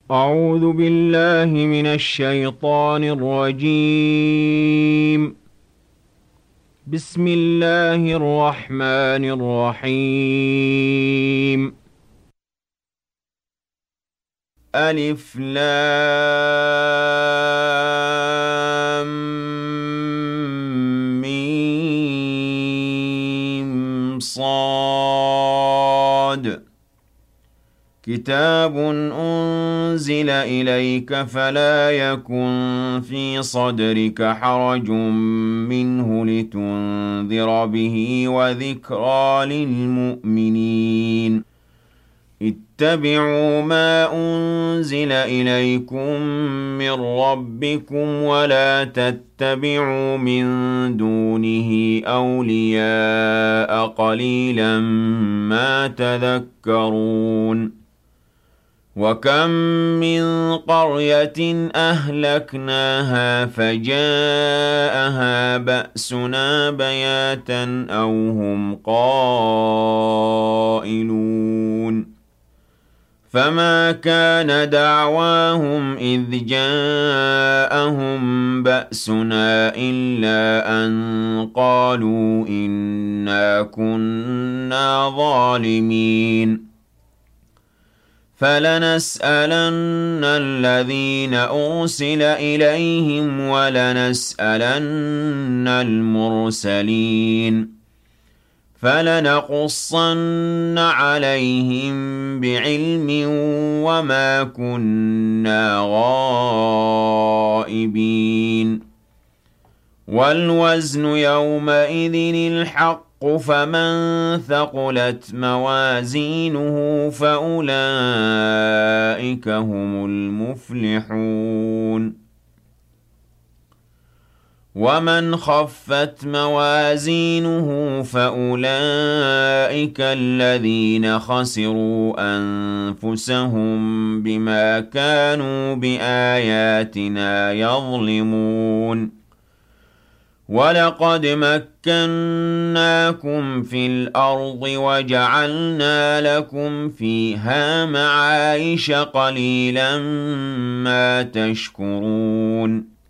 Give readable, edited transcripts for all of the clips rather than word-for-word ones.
أعوذ بالله من الشيطان الرجيم. بسم الله الرحمن الرحيم. ألف لام ميم صاد كتاب أنزل إليك فلا يكن في صدرك حرج منه لتنذر به وذكرى للمؤمنين. اتبعوا ما أنزل إليكم من ربكم ولا تتبعوا من دونه أولياء قليلا ما تذكرون. وكم من قرية أهلكناها فجاءها بأسنا بياتا أو هم قائلون. فما كان دعواهم إذ جاءهم بأسنا إلا أن قالوا إنا كنا ظالمين. فلنسألن الذين أرسل إليهم ولنسألن المرسلين. فلنقصن عليهم بعلم وما كنا غائبين. والوزن يومئذ الحق فمن ثقلت موازينه فأولئك هم المفلحون. ومن خفت موازينه فأولئك الذين خسروا أنفسهم بما كانوا بآياتنا يظلمون. ولقد مكناكم في الأرض وجعلنا لكم فيها معايش قليلا ما تشكرون.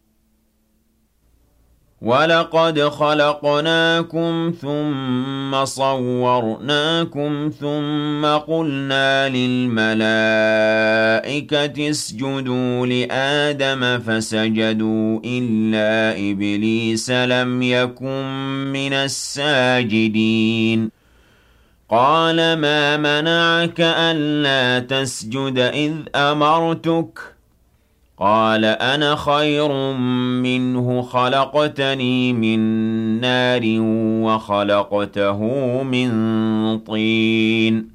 ولقد خلقناكم ثم صورناكم ثم قلنا للملائكة اسجدوا لآدم فسجدوا إلا إبليس لم يكن من الساجدين. قال ما منعك ألا تسجد إذ أمرتك؟ قال أنا خير منه خلقتني من نار وخلقته من طين.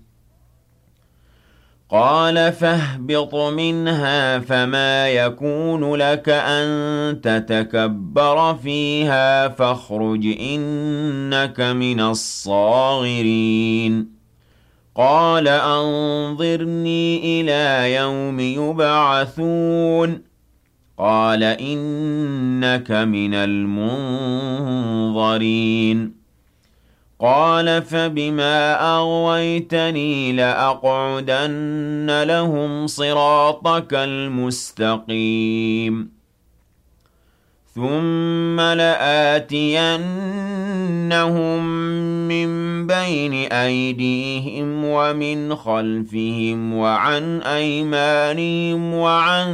قال فاهبط منها فما يكون لك أن تتكبر فيها فاخرج إنك من الصاغرين. قال أنظرني إلى يوم يبعثون. قال إنك من المنظرين. قال فبما أغويتني لأقعدن لهم صراطك المستقيم ثم لآتينهم من بين أيديهم ومن خلفهم وعن أيمانهم وعن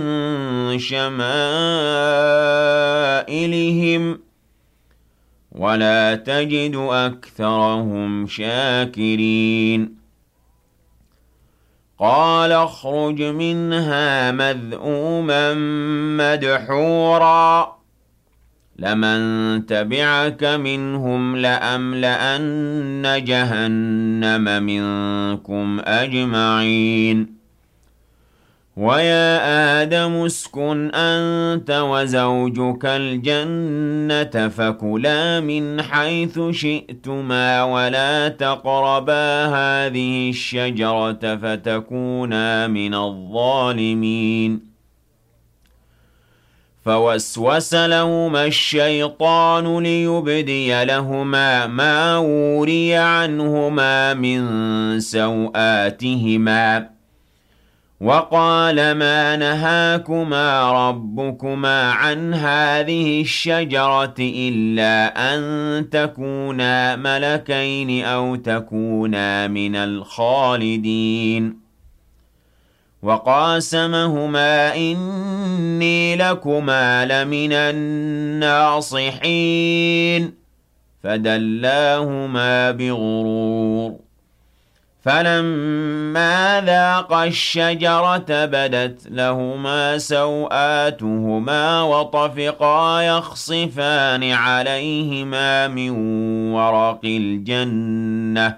شمائلهم ولا تجد أكثرهم شاكرين. قال اخرج منها مذءوما مدحورا لمن تبعك منهم لأملأن جهنم منكم أجمعين. ويا آدم اسكن أنت وزوجك الجنة فكلا من حيث شئتما ولا تقربا هذه الشجرة فتكونا من الظالمين. فوسوس لهما الشيطان ليبدي لهما ما وري عنهما من سوآتهما وقال ما نهاكما ربكما عن هذه الشجرة إلا أن تكونا ملكين أو تكونا من الخالدين وقاسمهما إني لكما لمن الناصحين فدلاهما بغرور فلما ذاقا الشجرة بدت لهما سوآتهما وطفقا يخصفان عليهما من ورق الجنة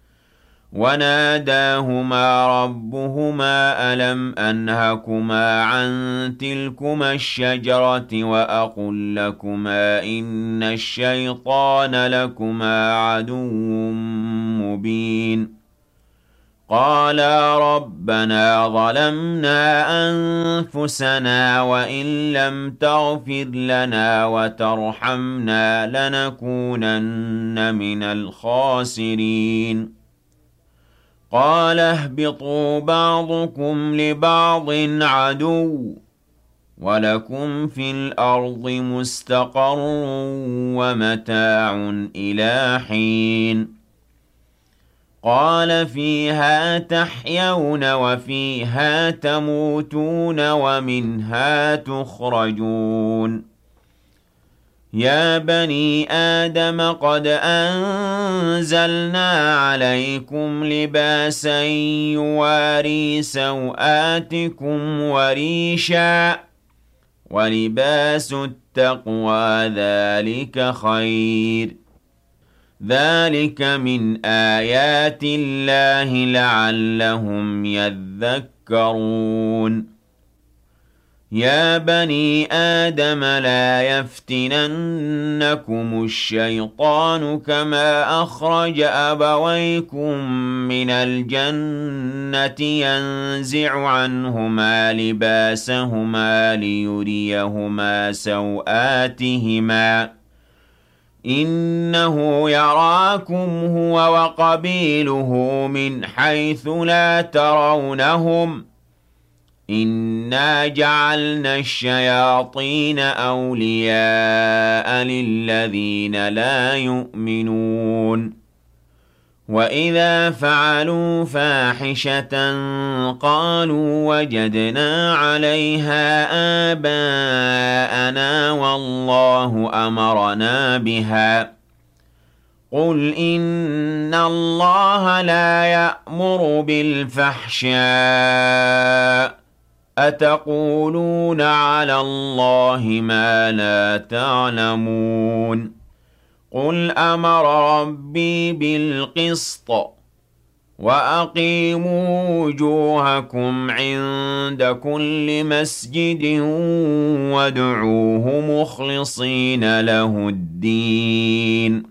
وناداهما ربهما ألم أنهكما عن تلكما الشجرة وأقل لكما إن الشيطان لكما عدو مبين قالا ربنا ظلمنا أنفسنا وإن لم تغفر لنا وترحمنا لنكونن من الخاسرين قال اهبطوا بعضكم لبعض عدو ولكم في الأرض مستقر ومتاع إلى حين قال فيها تحيون وفيها تموتون ومنها تخرجون يا بني آدم قد أنزلنا عليكم لباسا يواري سوآتكم وريشا ولباس التقوى ذلك خير ذلك من آيات الله لعلهم يذكرون يا بني آدم لا يفتننكم الشيطان كما أخرج أبويكم من الجنة ينزع عنهما لباسهما ليريهما سوآتهما إنه يراكم هو وقبيله من حيث لا ترونهم إنا جعلنا الشياطين أولياء للذين لا يؤمنون وإذا فعلوا فاحشة قالوا وجدنا عليها آباءنا والله أمرنا بها قل إن الله لا يأمر بالفحشاء أتقولون على الله ما لا تعلمون قل أمر ربي بالقسط وأقيموا وجوهكم عند كل مسجد وادعوه مخلصين له الدين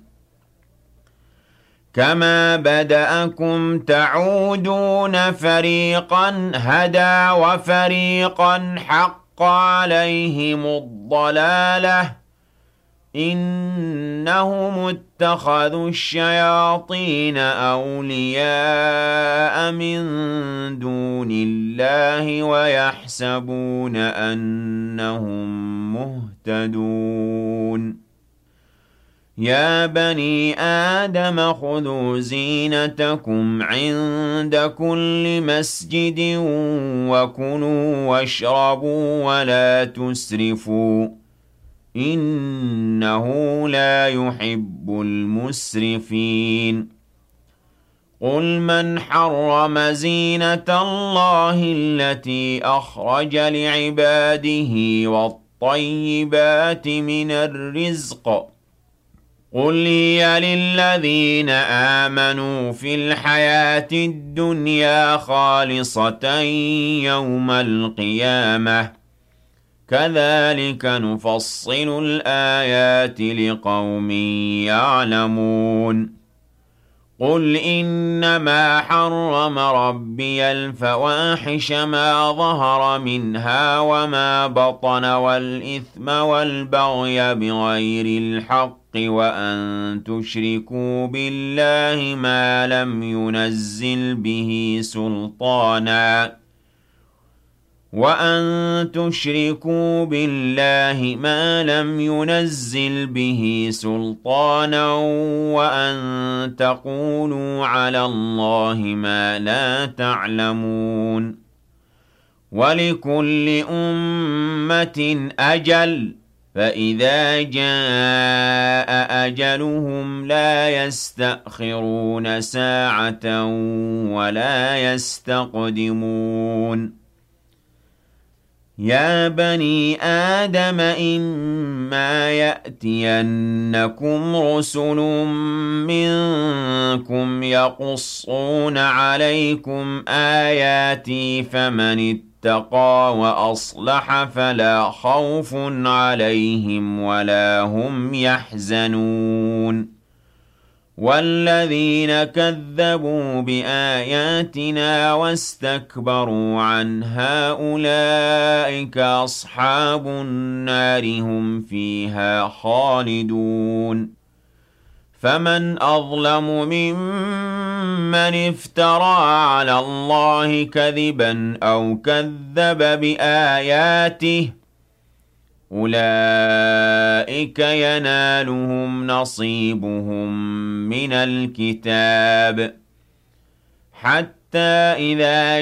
كما بدأكم تعودون فريقا هدى وفريقا حق عليهم الضلالة إنهم اتخذوا الشياطين أولياء من دون الله ويحسبون أنهم مهتدون يا بني آدم خذوا زينتكم عند كل مسجد وكلوا واشربوا ولا تسرفوا إنه لا يحب المسرفين قل من حرم زينة الله التي أخرج لعباده والطيبات من الرزق قل هي للذين آمنوا في الحياة الدنيا خالصة يوم القيامة كذلك نفصل الآيات لقوم يعلمون قل إنما حرم ربي الفواحش ما ظهر منها وما بطن والإثم والبغي بغير الحق وأن تشركوا بالله ما لم ينزل به سلطانا وَأَن تُشْرِكُوا بِاللَّهِ مَا لَمْ يُنَزِّلْ بِهِ سُلْطَانًا وَأَن تَقُولُوا عَلَى اللَّهِ مَا لَا تَعْلَمُونَ وَلِكُلِّ أُمَّةٍ أَجَلٌ فَإِذَا جَاءَ أَجَلُهُمْ لَا يَسْتَأْخِرُونَ سَاعَةً وَلَا يَسْتَقْدِمُونَ يَا بَنِي آدَمَ إِمَّا يَأْتِيَنَّكُمْ رُسُلٌ مِّنكُمْ يَقُصُّونَ عَلَيْكُمْ آيَاتِي فَمَنِ اتَّقَىٰ وَأَصْلَحَ فَلَا خَوْفٌ عَلَيْهِمْ وَلَا هُمْ يَحْزَنُونَ وَالَّذِينَ كَذَّبُوا بِآيَاتِنَا وَاسْتَكْبَرُوا عَنْهَا أُولَٰئِكَ أَصْحَابُ النَّارِ هُمْ فِيهَا خَالِدُونَ فَمَنْ أَظْلَمُ مِمَّنِ افْتَرَىٰ عَلَى اللَّهِ كَذِبًا أَوْ كَذَّبَ بِآيَاتِهِ أُولَٰئِكَ يَنَالُهُمْ نَصِيبُهُم مِّنَ الْكِتَابِ حَتَّىٰ إِذَا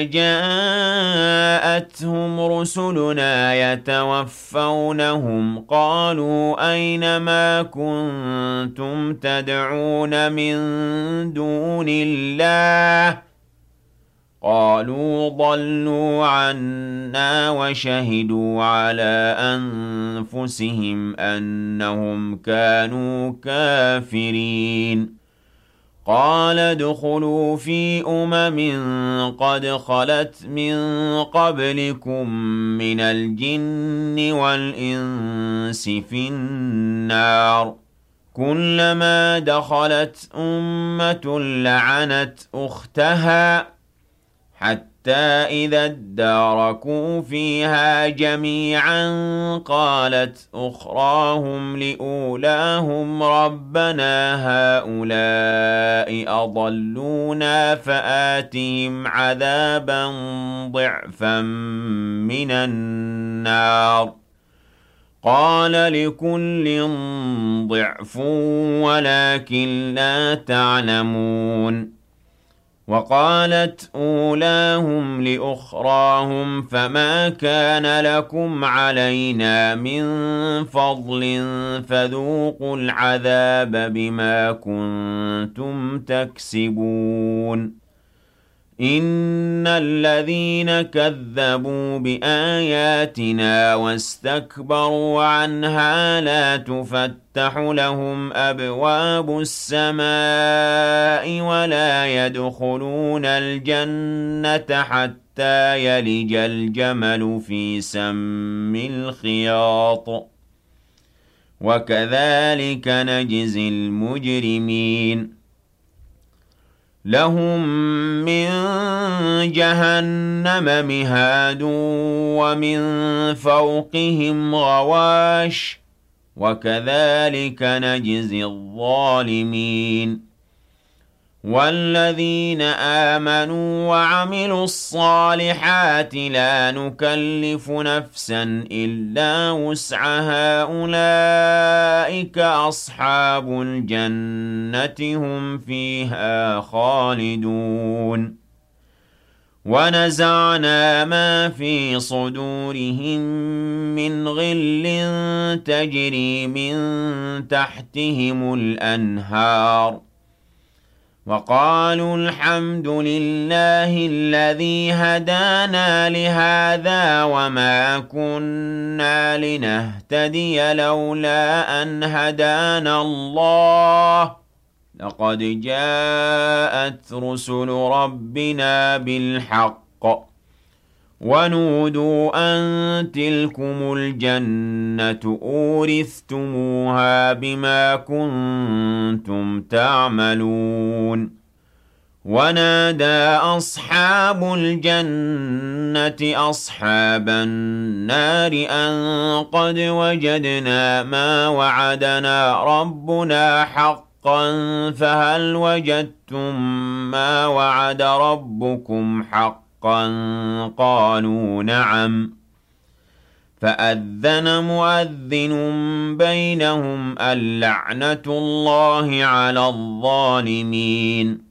جَاءَتْهُمْ رُسُلُنَا يَتَوَفَّوْنَهُمْ قَالُوا أَيْنَ مَا كُنتُمْ تَدْعُونَ مِن دُونِ اللَّهِ قَالُوا ضَلُّوا عَنَّا وَشَهِدُوا عَلَىٰ أَنفُسِهِمْ أَنَّهُمْ كَانُوا كَافِرِينَ قَالَ ادْخُلُوا فِي قَدْ خَلَتْ مِن قَبْلِكُم مِّنَ الْجِنِّ وَالْإِنسِ فِي النَّارِ كُلَّمَا دَخَلَتْ أُمَّةٌ لَّعَنَتْ أُخْتَهَا حَتَّىٰ إِذَا ادَّارَكُوا فِيهَا جَمِيعًا قَالَتْ أُخْرَاهُمْ لِأُولَاهُمْ رَبَّنَا هَٰؤُلَاءِ أَضَلُّونَا فَآتِهِمْ عَذَابًا ضِعْفًا مِّنَ النَّارِ قَالَ لِكُلٍّ ضِعْفٌ وَلَٰكِن لَّا تَعْلَمُونَ وَقَالَتْ أُولَاهُمْ لِأُخْرَاهُمْ فَمَا كَانَ لَكُمْ عَلَيْنَا مِن فَضْلٍ فَذُوقُوا الْعَذَابَ بِمَا كُنتُمْ تَكْسِبُونَ إِنَّ الَّذِينَ كَذَّبُوا بِآيَاتِنَا وَاسْتَكْبَرُوا عَنْهَا لَا تُفَتَّحُ لَهُمْ أَبْوَابُ السَّمَاءِ وَلَا يَدْخُلُونَ الْجَنَّةَ حَتَّىٰ يَلِجَ الْجَمَلُ فِي سَمِّ الْخِيَاطِ وَكَذَٰلِكَ نَجْزِي الْمُجْرِمِينَ لَهُم مِّن جَهَنَّمَ مِهَادٌ وَمِن فَوْقِهِمْ غَوَاشٍ وَكَذَٰلِكَ نَجْزِي الظَّالِمِينَ وَالَّذِينَ آمَنُوا وَعَمِلُوا الصَّالِحَاتِ لَا نُكَلِّفُ نَفْسًا إِلَّا وُسْعَهَا أُولَٰئِكَ أَصْحَابُ الْجَنَّةِ هُمْ فِيهَا خَالِدُونَ وَنَزَعْنَا مَا فِي صُدُورِهِم مِّنْ غِلٍّ تَجْرِي مِن تَحْتِهِمُ الْأَنْهَارُ وَقَالُوا الْحَمْدُ لِلَّهِ الَّذِي هَدَانَا لِهَٰذَا وَمَا كُنَّا لِنَهْتَدِيَ لَوْلَا أَنْ هَدَانَا اللَّهُ لَقَدْ جَاءَتْ رُسُلُ رَبِّنَا بِالْحَقِّ وَنُودُوا أَن تِلْكُمُ الْجَنَّةُ أُورِثْتُمُوهَا بِمَا كُنتُمْ تَعْمَلُونَ وَنَادَىٰ أَصْحَابُ الْجَنَّةِ أَصْحَابَ النَّارِ أَن قَدْ وَجَدْنَا مَا وَعَدَنَا رَبُّنَا حَقًّا فَهَلْ وَجَدتُّم مَّا وَعَدَ رَبُّكُمْ حَقًّا حقا قالوا نعم فأذن مؤذن بينهم اللعنة الله على الظالمين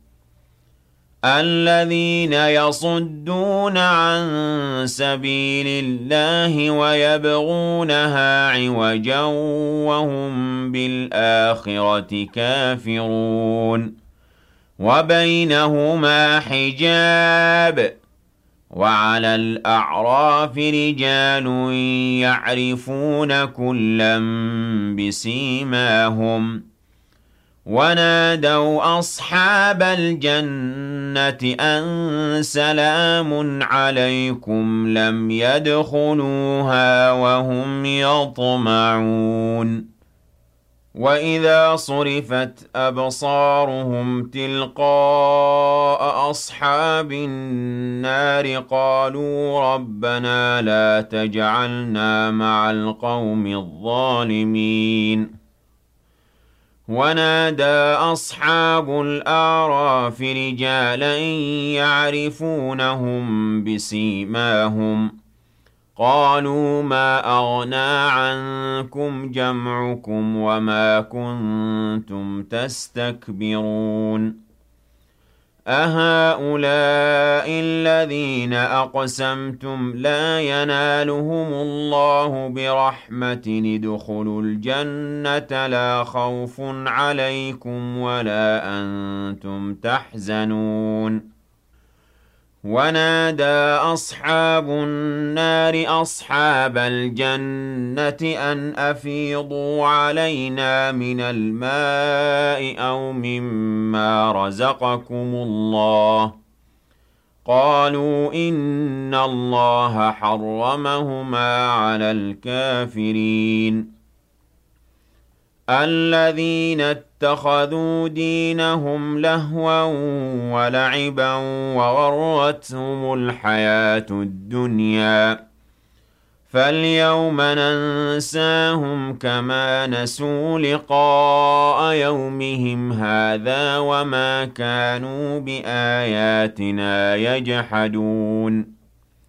الذين يصدون عن سبيل الله ويبغونها عوجا وهم بالآخرة كافرون وبينهما حجاب وعلى الأعراف رجال يعرفون كلا بسيماهم ونادوا أصحاب الجنة أن سلام عليكم لم يدخلوها وهم يطمعون وإذا صرفت أبصارهم تلقاء أصحاب النار قالوا ربنا لا تجعلنا مع القوم الظالمين ونادى أصحاب الأعراف رجالا يعرفونهم بسيماهم قالوا ما أغنى عنكم جمعكم وما كنتم تستكبرون أهؤلاء الذين أقسمتم لا ينالهم الله برحمة ادخلوا الجنة لا خوف عليكم ولا أنتم تحزنون ونادى أصحاب النار أصحاب الجنة أن أفيضوا علينا من الماء أو مما رزقكم الله قالوا إن الله حرمهما على الكافرين الذين اتخذوا دينهم لهوا ولعبا وغرتهم الحياة الدنيا فاليوم ننساهم كما نسوا لقاء يومهم هذا وما كانوا بآياتنا يجحدون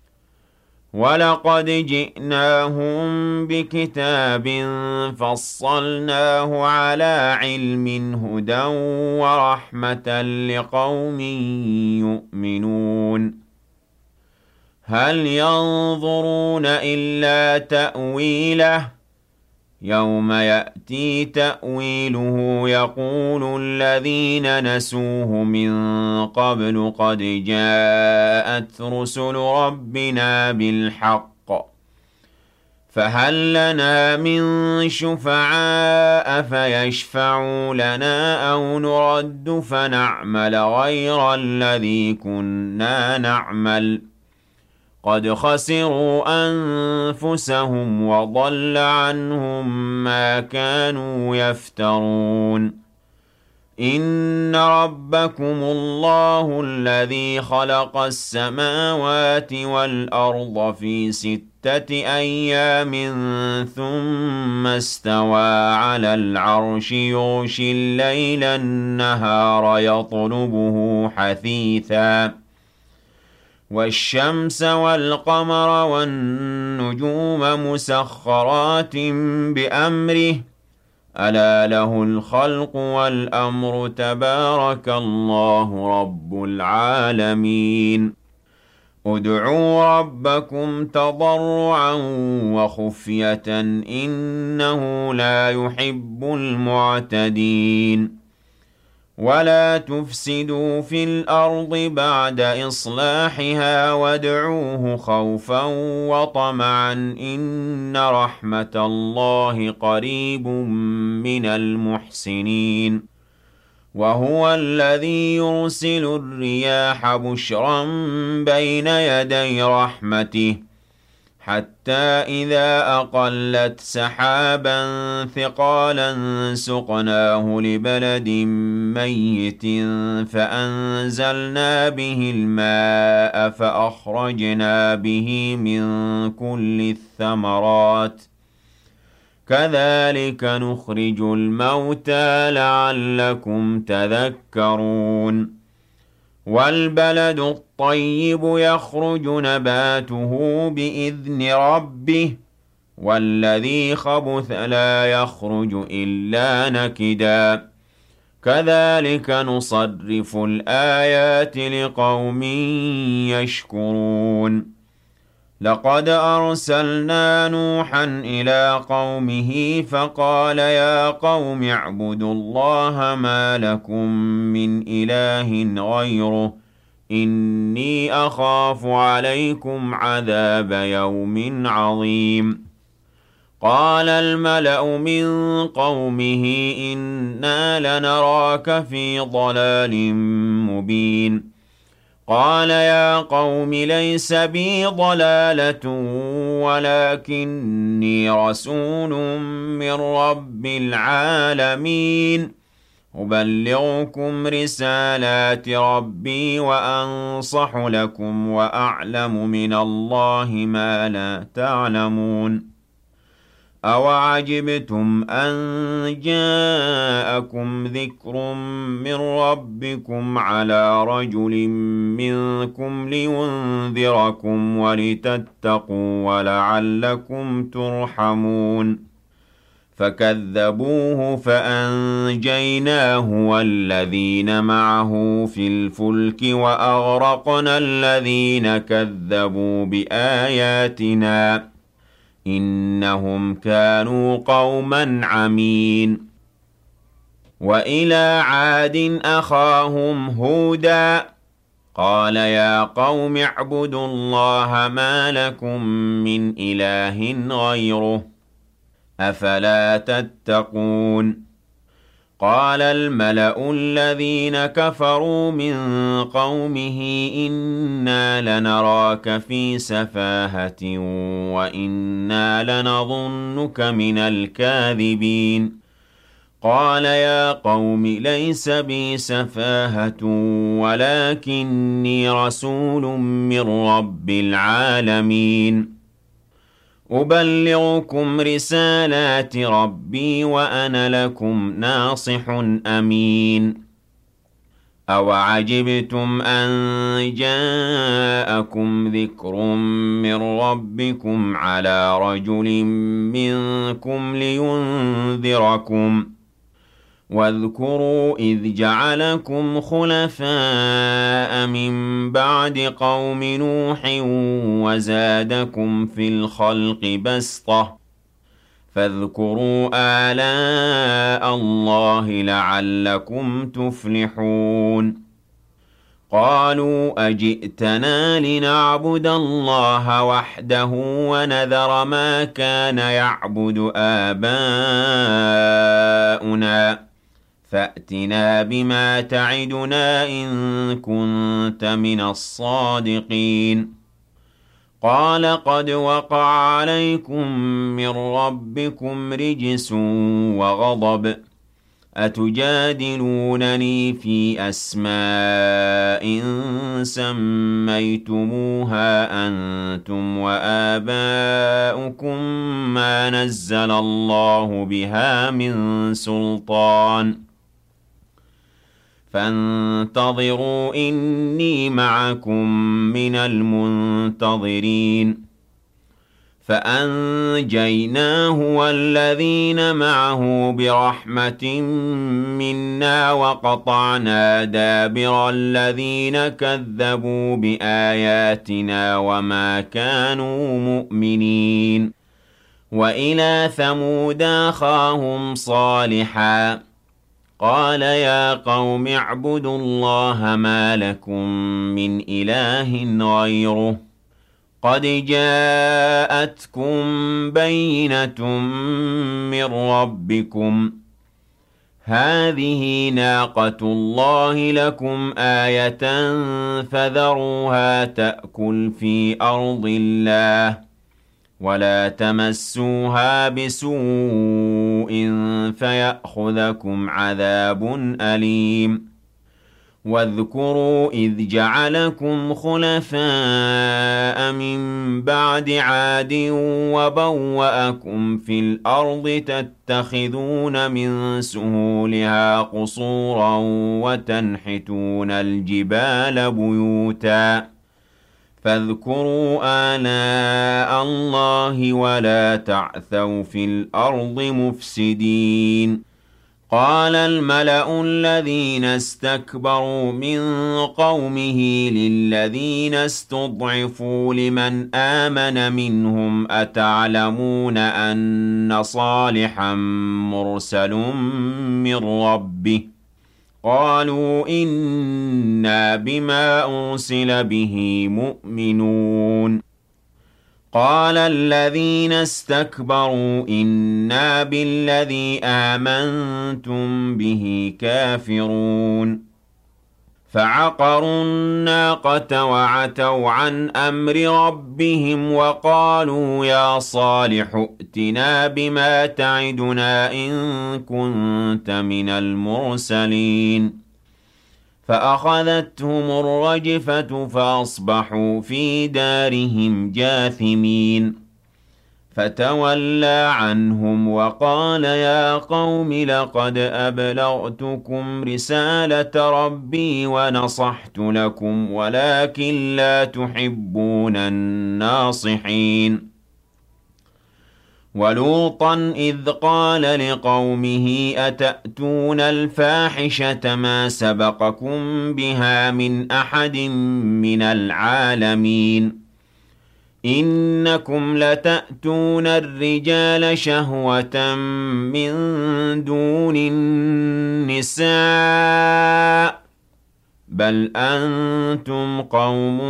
ولقد جئناهم بكتاب فصلناه على علم هدى ورحمة لقوم يؤمنون هل ينظرون إلا تأويله يوم يأتي تأويله يقول الذين نسوه من قبل قد جاءت رسل ربنا بالحق فهل لنا من شفعاء فيشفعوا لنا أو نرد فنعمل غير الذي كنا نعمل قد خسروا أنفسهم وضل عنهم ما كانوا يفترون إن ربكم الله الذي خلق السماوات والأرض في 6 أيام ثم استوى على العرش يغشي الليل النهار يطلبه حثيثا والشمس والقمر والنجوم مسخرات بأمره ألا له الخلق والأمر تبارك الله رب العالمين ادعوا ربكم تضرعا وخفية إنه لا يحب المعتدين ولا تفسدوا في الأرض بعد إصلاحها وادعوه خوفا وطمعا إن رحمة الله قريب من المحسنين وهو الذي يرسل الرياح بشرا بين يدي رحمته حتى إذا أقلت سحابا ثقالا سقناه لبلد ميت فأنزلنا به الماء فأخرجنا به من كل الثمرات كذلك نخرج الموتى لعلكم تذكرون وَالْبَلَدُ الطَّيِّبُ يَخْرُجُ نَبَاتُهُ بِإِذْنِ رَبِّهِ وَالَّذِي خَبُثَ لَا يَخْرُجُ إِلَّا نَكِدًا كَذَلِكَ نُصَرِّفُ الْآيَاتِ لِقَوْمٍ يَشْكُرُونَ لَقَدْ أَرْسَلْنَا نُوحًا إِلَىٰ قَوْمِهِ فَقَالَ يَا قَوْمِ اعْبُدُوا اللَّهَ مَا لَكُم مِّنْ إِلَٰهٍ غَيْرُهُ إِنِّي أَخَافُ عَلَيْكُمْ عَذَابَ يَوْمٍ عَظِيمٍ قَالَ الْمَلَأُ مِن قَوْمِهِ إِنَّا لَنَرَاكَ فِي ضَلَالٍ مُّبِينٍ قَالَ يَا قَوْمِ لَيْسَ بِي ضَلَالَةٌ وَلَٰكِنِّي رَسُولٌ مِّن رَّبِّ الْعَالَمِينَ أُبَلِّغُكُمْ رِسَالَاتِ رَبِّي وَأَنصَحُ لَكُمْ وَأَعْلَمُ مِنَ اللَّهِ مَا لَا تَعْلَمُونَ أَوَعَجِبْتُمْ أَن جَاءَكُمْ ذِكْرٌ مِّن رَّبِّكُمْ عَلَىٰ رَجُلٍ مِّنكُمْ لِيُنذِرَكُمْ وَلِتَتَّقُوا وَلَعَلَّكُمْ تُرْحَمُونَ فَكَذَّبُوهُ فَأَنجَيْنَاهُ وَالَّذِينَ مَعَهُ فِي الْفُلْكِ وَأَغْرَقْنَا الَّذِينَ كَذَّبُوا بِآيَاتِنَا إِنَّهُمْ كَانُوا قَوْمًا عَمِينَ وَإِلَىٰ عَادٍ أَخَاهُمْ هُودًا قَالَ يَا قَوْمِ اعْبُدُوا اللَّهَ مَا لَكُم مِّنْ إِلَٰهٍ غَيْرُهُ أَفَلَا تَتَّقُونَ قَالَ الْمَلَأُ الَّذِينَ كَفَرُوا مِن قَوْمِهِ إِنَّا لَنَرَاكَ فِي سَفَاهَةٍ وَإِنَّا لَنَظُنُّكَ مِنَ الْكَاذِبِينَ قَالَ يَا قَوْمِ لَيْسَ بِي سَفَاهَةٌ وَلَٰكِنِّي رَسُولٌ مِّن رَّبِّ الْعَالَمِينَ أُبَلِّغُكُمْ رِسَالَاتِ رَبِّي وَأَنَا لَكُمْ نَاصِحٌ أَمِينٌ أَوَعَجِبْتُمْ أَن جَاءَكُمْ ذِكْرٌ مِّن رَّبِّكُمْ عَلَىٰ رَجُلٍ مِّنكُمْ لِيُنذِرَكُمْ وَاذْكُرُوا إِذْ جَعَلَكُمْ خُلَفَاءَ مِن بَعْدِ قَوْمِ نُوحٍ وَزَادَكُمْ فِي الْخَلْقِ بَسْطَةً فَاذْكُرُوا آلَاءَ اللَّهِ لَعَلَّكُمْ تُفْلِحُونَ قَالُوا أَجِئْتَنَا لِنَعْبُدَ اللَّهَ وَحْدَهُ وَنَذَرَ مَا كَانَ يَعْبُدُ آبَاؤُنَا فَأْتِنَا بِمَا تَعِدُنَا إِن كُنتَ مِنَ الصَّادِقِينَ قَالَ قَدْ وَقَعَ عَلَيْكُم مِّن رَّبِّكُمْ رِجْسٌ وَغَضَبٌ أَتُجَادِلُونَنِي فِي أَسْمَاءٍ سَمَّيْتُمُوهَا أَنتُمْ وَآبَاؤُكُم مَّا نَزَّلَ اللَّهُ بِهَا مِن سُلْطَانٍ فَانتَظِرُوا إِنِّي مَعَكُم مِّنَ الْمُنتَظِرِينَ فَأَنجَيْنَاهُ وَالَّذِينَ مَعَهُ بِرَحْمَةٍ مِّنَّا وَقَطَعْنَا دَابِرَ الَّذِينَ كَذَّبُوا بِآيَاتِنَا وَمَا كَانُوا مُؤْمِنِينَ وَإِلَىٰ ثَمُودَ أَخَاهُمْ صَالِحًا قَالَ يَا قَوْمِ اعْبُدُوا اللَّهَ مَا لَكُم مِّنْ إِلَٰهٍ غَيْرُهُ قَدْ جَاءَتْكُم بَيِّنَةٌ مِّن رَّبِّكُمْ هَٰذِهِ نَاقَةُ اللَّهِ لَكُمْ آيَةً فَذَرُوهَا تَأْكُلْ فِي أَرْضِ اللَّهِ وَلَا تَمَسُّوهَا بِسُوءٍ فَيَأْخُذَكُمْ عَذَابٌ أَلِيمٌ واذكروا إذ جعلكم خلفاء من بعد عاد وبوأكم في الأرض تتخذون من سهولها قصورا وتنحتون الجبال بيوتا فاذكروا آلاء الله ولا تعثوا في الأرض مفسدين قال الملأ الذين استكبروا من قومه للذين استضعفوا لمن آمن منهم أتعلمون أن صالحا مرسل من ربه قالوا إنا بما أرسل به مؤمنون قال الذين استكبروا إنا بالذي آمنتم به كافرون فعقروا الناقة وعتوا عن أمر ربهم وقالوا يا صالح ائتنا بما تعدنا إن كنت من المرسلين فأخذتهم الرجفة فأصبحوا في دارهم جاثمين فتولى عنهم وقال يا قوم لقد أبلغتكم رسالة ربي ونصحت لكم ولكن لا تحبون الناصحين ولوطا إذ قال لقومه أتأتون الفاحشة ما سبقكم بها من أحد من العالمين إنكم لتأتون الرجال شهوة من دون النساء بل أنتم قوم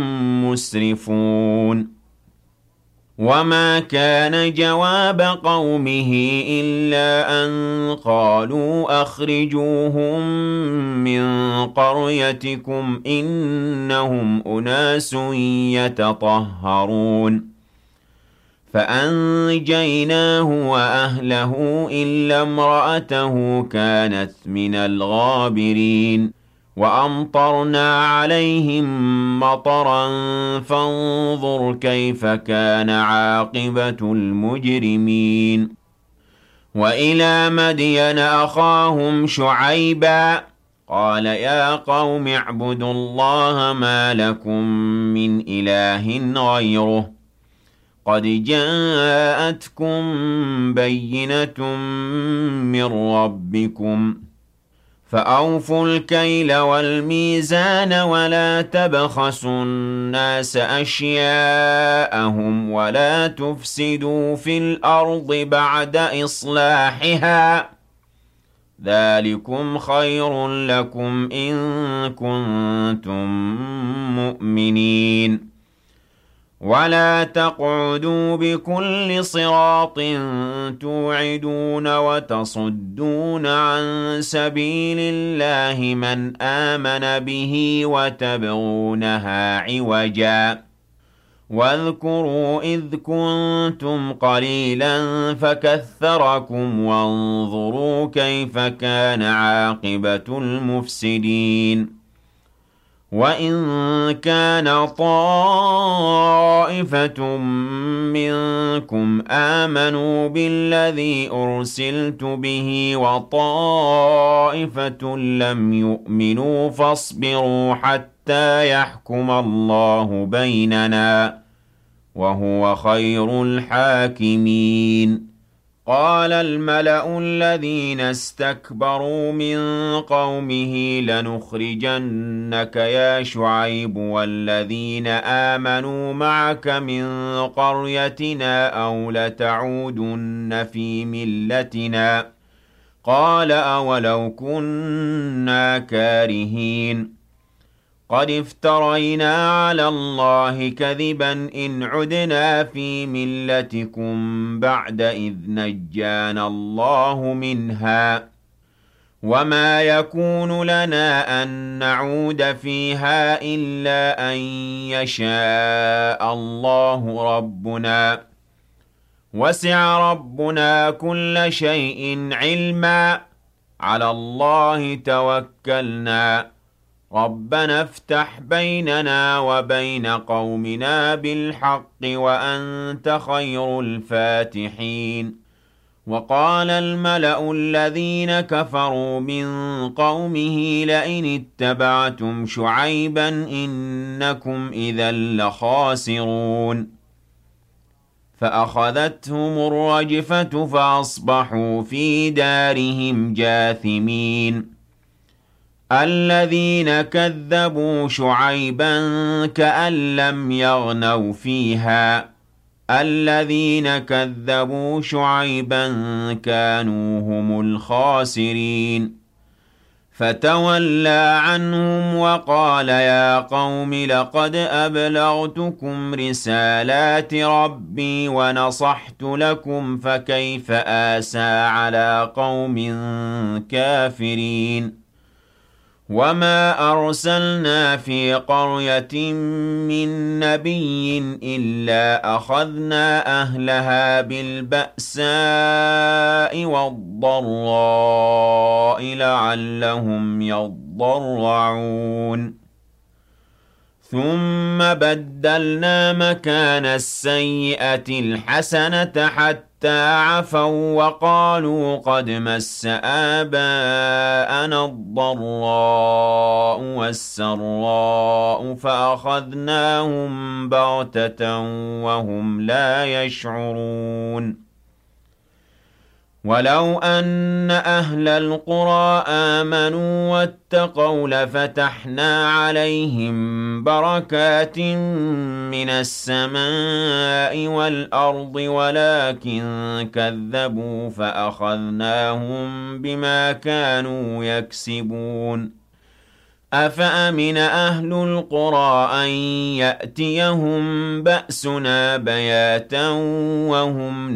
مسرفون وما كان جواب قومه إلا أن قالوا أخرجوهم من قريتكم إنهم أناس يتطهرون فأنجيناه وأهله إلا امرأته كانت من الغابرين وأمطرنا عليهم مطرا فانظر كيف كان عاقبة المجرمين وإلى مدين أخاهم شعيبا قال يا قوم اعبدوا الله ما لكم من إله غيره قد جاءتكم بينة من ربكم فأوفوا الكيل والميزان ولا تبخسوا الناس أشياءهم ولا تفسدوا في الأرض بعد إصلاحها ذلكم خير لكم إن كنتم مؤمنين ولا تقعدوا بكل صراط توعدون وتصدون عن سبيل الله من آمن به وتبغونها عوجا واذكروا إذ كنتم قليلا فكثركم وانظروا كيف كان عاقبة المفسدين وَإِن كَانَ طَائِفَةٌ مِّنكُمْ آمَنُوا بِالَّذِي أُرْسِلْتُ بِهِ وَطَائِفَةٌ لَّمْ يُؤْمِنُوا فَاصْبِرُوا حَتَّىٰ يَحْكُمَ اللَّهُ بَيْنَنَا وَهُوَ خَيْرُ الْحَاكِمِينَ قال الملأ الذين استكبروا من قومه لنخرجنك يا شعيب والذين آمنوا معك من قريتنا أو لتعودن في ملتنا قال أولو كنا كارهين قد افترينا على الله كذبا إن عدنا في ملتكم بعد إذ نجانا الله منها وما يكون لنا أن نعود فيها إلا أن يشاء الله ربنا وسع ربنا كل شيء علما على الله توكلنا رَبَّنَا افْتَحْ بَيْنَنَا وَبَيْنَ قَوْمِنَا بِالْحَقِّ وَأَنْتَ خَيْرُ الْفَاتِحِينَ وَقَالَ الْمَلَأُ الَّذِينَ كَفَرُوا مِن قَوْمِهِ لَئِنِ اتَّبَعْتُمْ شُعَيْبًا إِنَّكُمْ إِذًا لَّخَاسِرُونَ فَأَخَذَتْهُمُ الرَّجْفَةُ فَأَصْبَحُوا فِي دَارِهِمْ جَاثِمِينَ الَّذِينَ كَذَّبُوا شُعَيْبًا كَأَن لَّمْ يَغْنَوْا فِيهَا الَّذِينَ كَذَّبُوا شُعَيْبًا كَانُوا هُمُ الْخَاسِرِينَ فَتَوَلَّىٰ عَنْهُمْ وَقَالَ يَا قَوْمِ لَقَدْ أَبْلَغْتُكُمْ رِسَالَاتِ رَبِّي وَنَصَحْتُ لَكُمْ فَكَيْفَ آسَىٰ عَلَىٰ قَوْمٍ كَافِرِينَ وَمَا أَرْسَلْنَا فِي قَرْيَةٍ مِّن نَّبِيٍّ إِلَّا أَخَذْنَا أَهْلَهَا بِالْبَأْسَاءِ وَالضَّرَّاءِ لَعَلَّهُمْ يَضَّرَّعُونَ ثُمَّ بَدَّلْنَا مَكَانَ السَّيِّئَةِ الْحَسَنَةَ حَتَّىٰ عَفَوا وَّقَالُوا قَدْ مَسَّ آبَاءَنَا الضَّرَّاءُ وَالسَّرَّاءُ فَأَخَذْنَاهُم بَغْتَةً وَهُمْ لَا يَشْعُرُونَ وَلَوْ أَنَّ أَهْلَ الْقُرَىٰ آمَنُوا وَاتَّقَوْا لَفَتَحْنَا عَلَيْهِم بَرَكَاتٍ مِّنَ السَّمَاءِ وَالْأَرْضِ وَلَٰكِن كَذَّبُوا فَأَخَذْنَاهُم بِمَا كَانُوا يَكْسِبُونَ أَفَأَمِنَ أَهْلُ الْقُرَىٰ أَن يَأْتِيَهُم بَأْسُنَا بَيَاتًا وَهُمْ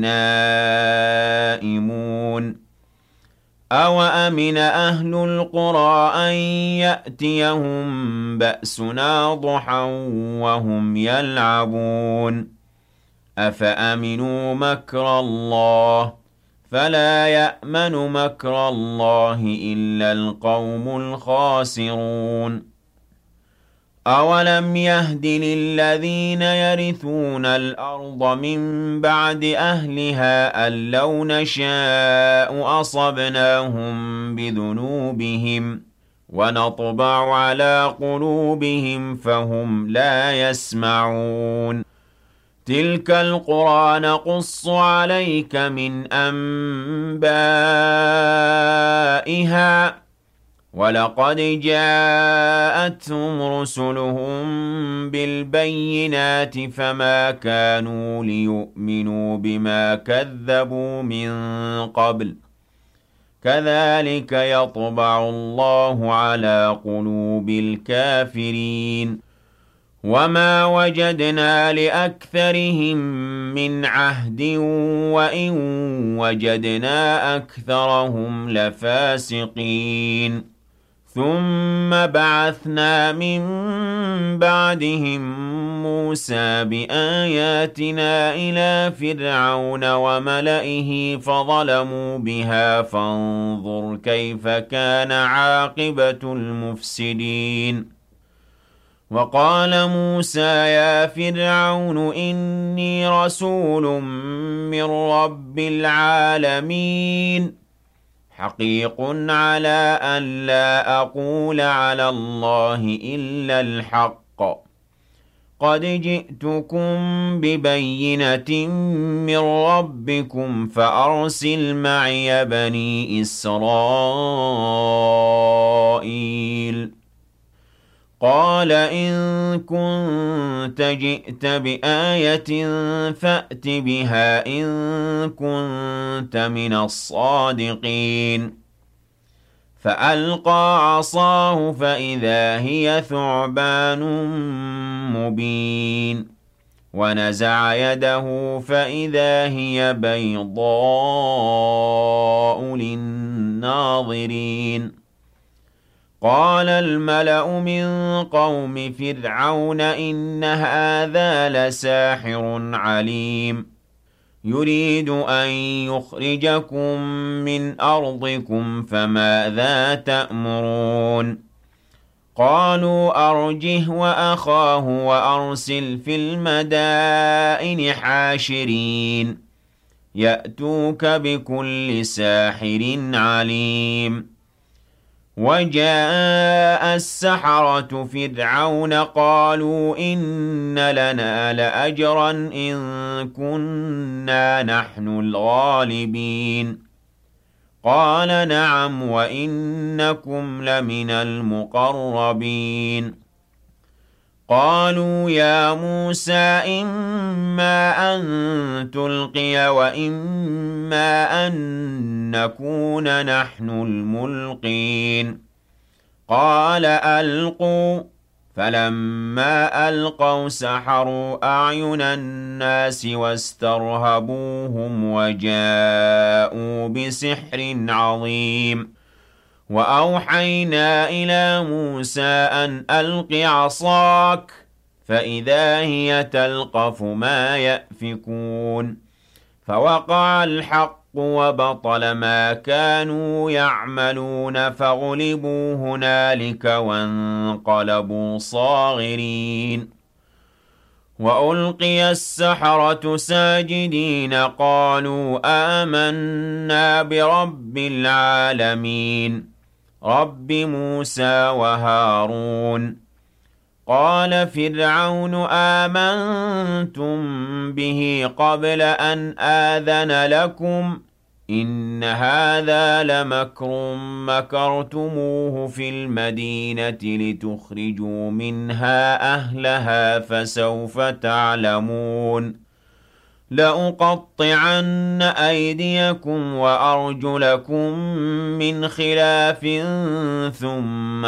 نَائِمُونَ أَوَأَمِنَ أَهْلُ الْقُرَىٰ أَن يَأْتِيَهُم بَأْسُنَا ضُحًى وَهُمْ يَلْعَبُونَ أَفَأَمِنُوا مَكْرَ اللَّهِ فَلَا يَأْمَنُ مَكْرَ اللَّهِ إِلَّا الْقَوْمُ الْخَاسِرُونَ أَوَلَمْ يَهْدِ لِلَّذِينَ يَرِثُونَ الْأَرْضَ مِن بَعْدِ أَهْلِهَا أَن لَّوْ نَشَاءُ أَصَبْنَاهُم بِذُنُوبِهِمْ وَنَطْبَعُ عَلَىٰ قُلُوبِهِمْ فَهُمْ لَا يَسْمَعُونَ تِلْكَ الْقُرَىٰ نَقُصُّ عَلَيْكَ مِنْ أَنبَائِهَا وَلَقَدْ جَاءَتْهُمْ رُسُلُهُم بِالْبَيِّنَاتِ فَمَا كَانُوا لِيُؤْمِنُوا بِمَا كَذَّبُوا مِن قَبْلُ كَذَٰلِكَ يَطْبَعُ اللَّهُ عَلَىٰ قُلُوبِ الْكَافِرِينَ وَمَا وَجَدْنَا لِأَكْثَرِهِم مِّنْ عَهْدٍ وَإِن وَجَدْنَا أَكْثَرَهُمْ لَفَاسِقِينَ ثُمَّ بَعَثْنَا مِن بَعْدِهِم مُّوسَىٰ بِآيَاتِنَا إِلَىٰ فِرْعَوْنَ وَمَلَئِهِ فَظَلَمُوا بِهَا فَانظُرْ كَيْفَ كَانَ عَاقِبَةُ الْمُفْسِدِينَ وَقَالَ مُوسَىٰ يَا فِرْعَوْنُ إِنِّي رَسُولٌ مِّن رَّبِّ الْعَالَمِينَ حَقِيقٌ عَلَىٰ أَن لَّا أَقُولَ عَلَى اللَّهِ إِلَّا الْحَقَّ قَدْ جِئْتُكُم بِبَيِّنَةٍ مِّن رَّبِّكُمْ فَأَرْسِلْ مَعِيَ بَنِي إِسْرَائِيلَ قَالَ إِن كُنتَ جِئْتَ بِآيَةٍ فَأْتِ بِهَا إِن كُنتَ مِنَ الصَّادِقِينَ فَأَلْقَىٰ عَصَاهُ فَإِذَا هِيَ ثُعْبَانٌ مُّبِينٌ وَنَزَعَ يَدَهُ فَإِذَا هِيَ بَيْضَاءُ لِلنَّاظِرِينَ قَالَ الْمَلَأُ مِن قَوْمِ فِرْعَوْنَ إِنَّ هَٰذَا لَسَاحِرٌ عَلِيمٌ يُرِيدُ أَن يُخْرِجَكُم مِّنْ أَرْضِكُمْ فَمَاذَا تَأْمُرُونَ قالوا أرجه وأخاه وأرسل في المدائن حاشرين يأتوك بكل ساحر عليم وجاء السحرة فرعون قالوا إن لنا لأجرا إن كنا نحن الغالبين قال نعم وإنكم لمن المقربين قالوا يا موسى إما أن تلقي وإما أن نكون نحن الملقين قال ألقوا فلما ألقوا سحروا أعين الناس واسترهبوهم وجاءوا بسحر عظيم وأوحينا إلى موسى أن ألق عصاك فإذا هي تلقف ما يأفكون فوقع الحق وبطل ما كانوا يعملون فغلبوا هنالك وانقلبوا صاغرين وألقي السحرة ساجدين قالوا آمنا برب العالمين رب موسى وهارون قال فرعون آمنتم به قبل أن آذن لكم إن هذا لمكر مكرتموه في المدينة لتخرجوا منها أهلها فسوف تعلمون لأقطعن أيديكم وأرجلكم من خلاف ثم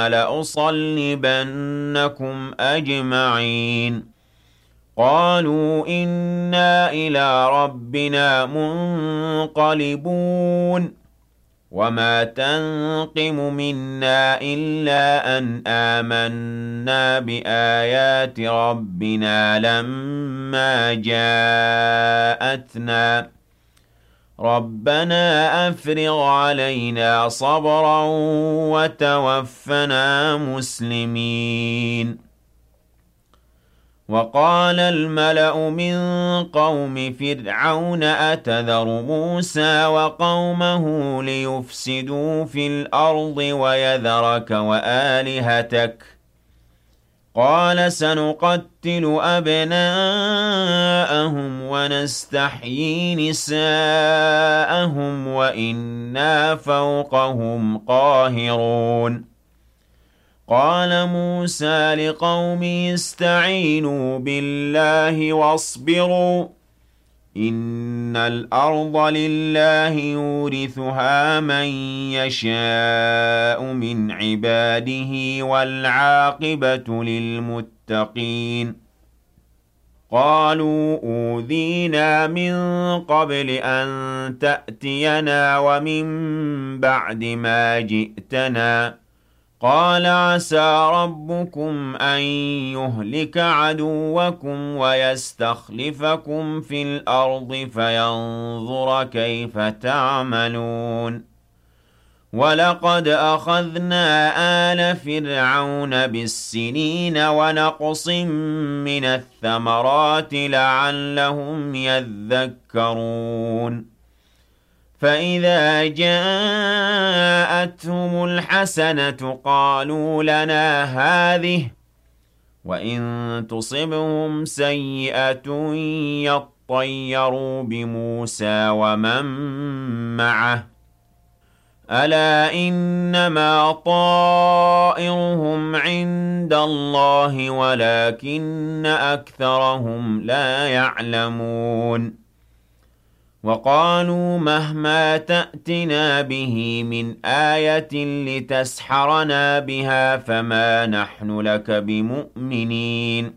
لأصلبنكم أجمعين قالوا إنا إلى ربنا منقلبون وما تنقم منا إلا أن آمنا بآيات ربنا لما جاءتنا ربنا أفرغ علينا صبرا وتوفنا مسلمين وقال الملأ من قوم فرعون أتذر موسى وقومه ليفسدوا في الأرض ويذرك وآلهتك قال سنقتل أبناءهم ونستحيي نساءهم وإنا فوقهم قاهرون قال موسى لقومه استعينوا بالله واصبروا إن الأرض لله يورثها من يشاء من عباده والعاقبة للمتقين قالوا أوذينا من قبل أن تأتينا ومن بعد ما جئتنا قال عسى ربكم أن يهلك عدوكم ويستخلفكم في الأرض فينظر كيف تعملون ولقد أخذنا آل فرعون بالسنين ونقص من الثمرات لعلهم يذكرون فإذا جاءتهم الحسنة قالوا لنا هذه وإن تصبهم سيئة يطيروا بموسى ومن معه ألا إنما طائرهم عند الله ولكن أكثرهم لا يعلمون وقالوا مهما تأتنا به من آية لتسحرنا بها فما نحن لك بمؤمنين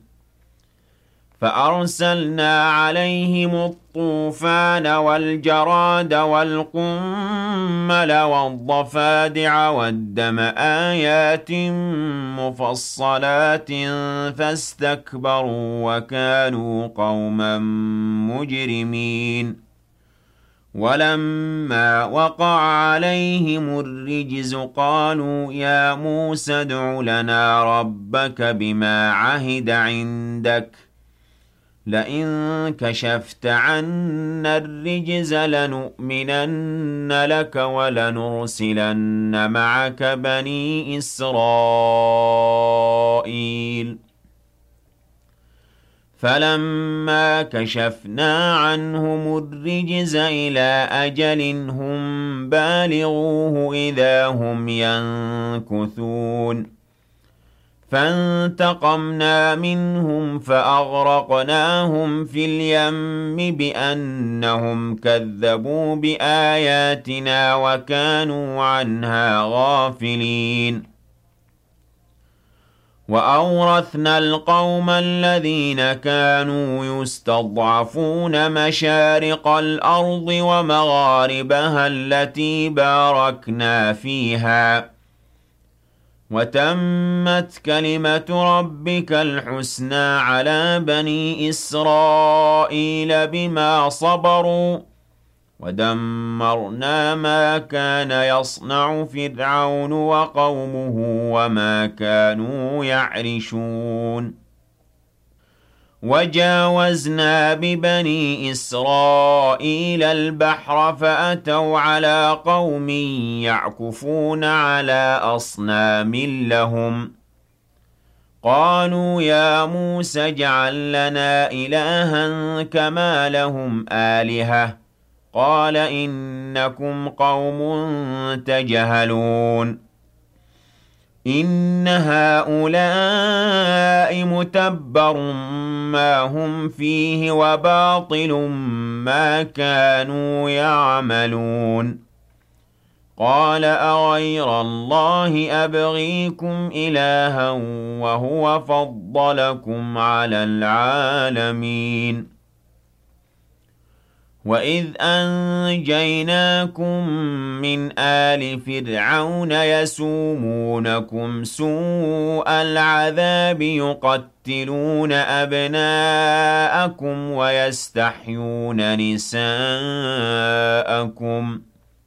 فأرسلنا عليهم الطوفان والجراد والقمل والضفادع والدم آيات مفصلات فاستكبروا وكانوا قوما مجرمين ولما وقع عليهم الرجز قالوا يا موسى ادع لنا ربك بما عهد عندك لئن كشفت عنا الرجز لنؤمنن لك ولنرسلن معك بني إسرائيل فلما كشفنا عنهم الرجز إلى أجل هم بالغوه إذا هم ينكثون فانتقمنا منهم فأغرقناهم في اليم بأنهم كذبوا بآياتنا وكانوا عنها غافلين وأورثنا القوم الذين كانوا يستضعفون مشارق الأرض ومغاربها التي باركنا فيها وتمت كلمة ربك الحسنى على بني إسرائيل بما صبروا ودمرنا ما كان يصنع فرعون وقومه وما كانوا يعرشون وجاوزنا ببني إسرائيل البحر فأتوا على قوم يعكفون على أصنام لهم قالوا يا موسى اجعل لنا إلها كما لهم آلهة قال إنكم قوم تجهلون إن هؤلاء متبر ما هم فيه وباطل ما كانوا يعملون قال أغير الله أبغيكم إلها وهو فضلكم على العالمين وإذ أنجيناكم من آل فرعون يسومونكم سوء العذاب يقتلون أبناءكم ويستحيون نساءكم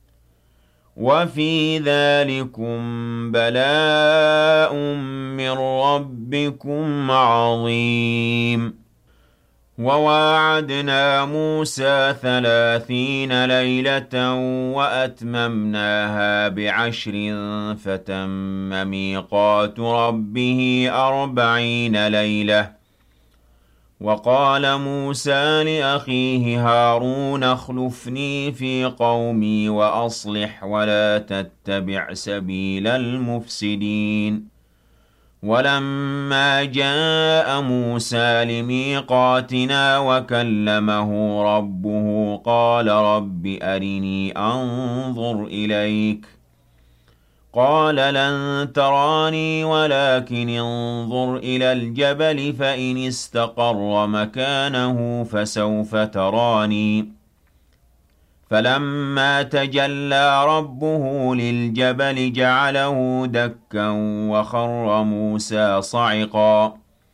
وفي ذلكم بلاء من ربكم عظيم وواعدنا موسى 30 ليلة وأتممناها ب10 فتم ميقات ربه 40 ليلة وقال موسى لأخيه هارون اخلفني في قومي وأصلح ولا تتبع سبيل المفسدين ولما جاء موسى لميقاتنا وكلمه ربه قال رب أرني أنظر إليك قال لن تراني ولكن انظر إلى الجبل فإن استقر مكانه فسوف تراني فلما تجلى ربه للجبل جعله دكا وخر موسى صعقا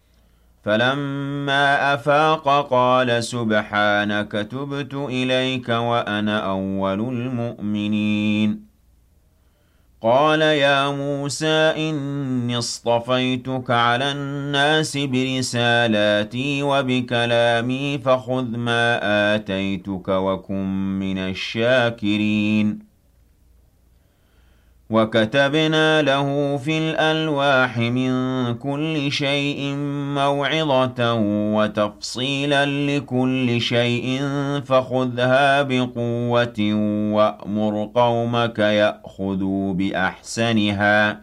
فلما أفاق قال سبحانك تبت إليك وأنا أول المؤمنين قال يا موسى إني اصطفيتك على الناس برسالاتي وبكلامي فخذ ما آتيتك وكن من الشاكرين وكتبنا له في الألواح من كل شيء موعظة وتفصيلا لكل شيء فخذها بقوة وأمر قومك يأخذوا بأحسنها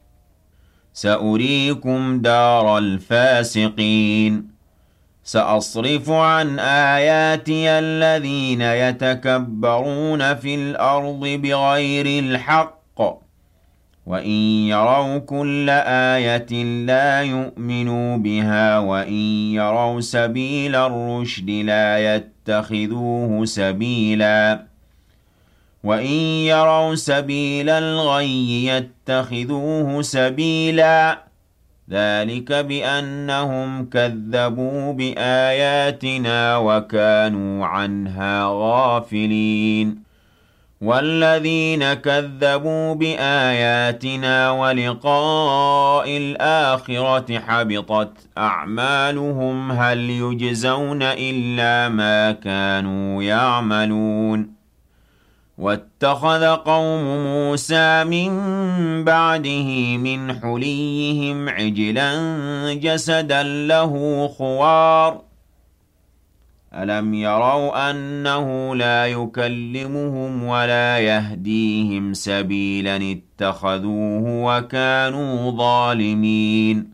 سأريكم دار الفاسقين سأصرف عن آياتي الذين يتكبرون في الأرض بغير الحق وإن يروا كل آية لا يؤمنوا بها وإن يروا سبيل الرشد لا يتخذوه سبيلا وإن يروا سبيل الغي يتخذوه سبيلا ذلك بأنهم كذبوا بآياتنا وكانوا عنها غافلين والذين كذبوا بآياتنا ولقاء الآخرة حبطت أعمالهم هل يجزون إلا ما كانوا يعملون واتخذ قوم موسى من بعده من حليهم عجلا جسدا له خوار ألم يروا أنه لا يكلمهم ولا يهديهم سبيلا اتخذوه وكانوا ظالمين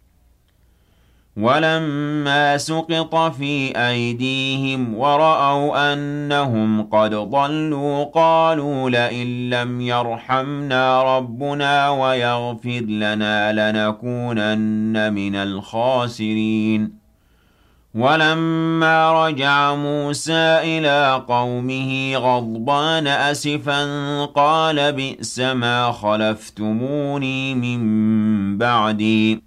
ولما سقط في أيديهم ورأوا أنهم قد ضلوا قالوا لئن لم يرحمنا ربنا ويغفر لنا لنكونن من الخاسرين ولما رجع موسى إلى قومه غضبان أسفا قال بئس ما خلفتموني من بعدي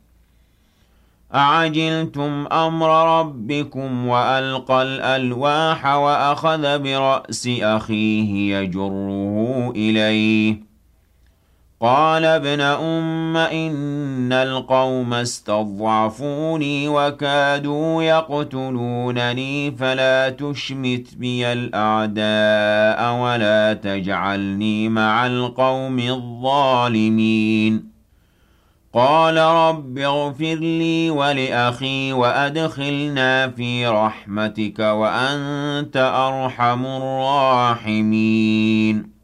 أعجلتم أمر ربكم وألقى الألواح وأخذ برأس أخيه يجره إليه قال ابن إن القوم استضعفوني وكادوا يقتلونني فلا تشمت بي الأعداء ولا تجعلني مع القوم الظالمين قال رب اغفر لي ولأخي وأدخلنا في رحمتك وأنت أرحم الراحمين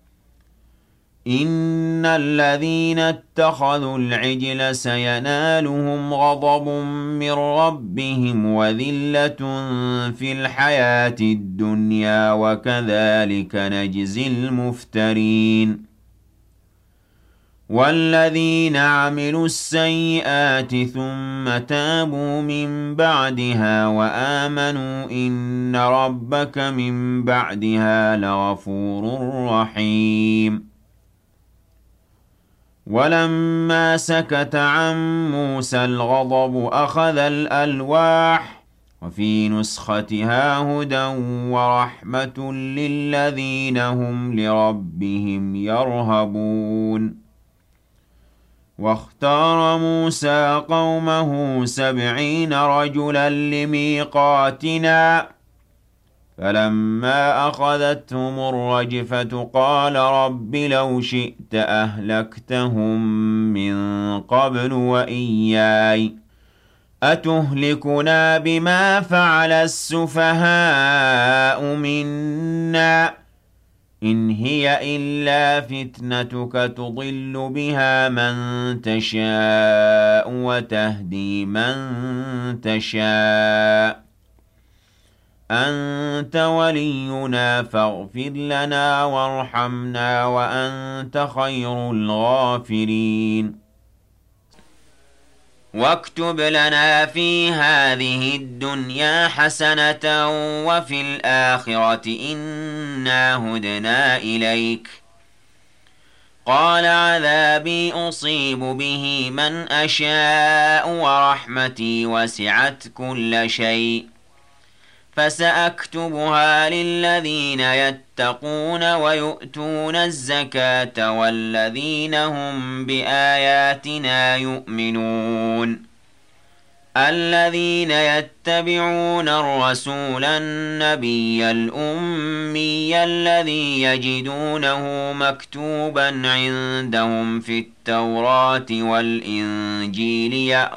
إن الذين اتخذوا العجل سينالهم غضب من ربهم وذلة في الحياة الدنيا وكذلك نجزي المفترين والذين عملوا السيئات ثم تابوا من بعدها وآمنوا إن ربك من بعدها لغفور رحيم ولما سكت عن موسى الغضب أخذ الألواح وفي نسختها هدى ورحمة للذين هم لربهم يرهبون واختار موسى قومه 70 رجلا لميقاتنا فلما أخذتهم الرجفة قال رب لو شئت أهلكتهم من قبل وإياي أتهلكنا بما فعل السفهاء منا إن هي إلا فتنتك تضل بها من تشاء وتهدي من تشاء أنت ولينا فاغفر لنا وارحمنا وأنت خير الغافرين واكتب لنا في هذه الدنيا حسنة وفي الآخرة إنا هدنا إليك قال عذابي أصيب به من أشاء ورحمتي وسعت كل شيء فسأكتبها للذين يتقون ويؤتون الزكاة والذين هم بآياتنا يؤمنون الذين يتبعون الرسول النبي الأمي الذي يجدونه مكتوبا عندهم في التوراة والإنجيل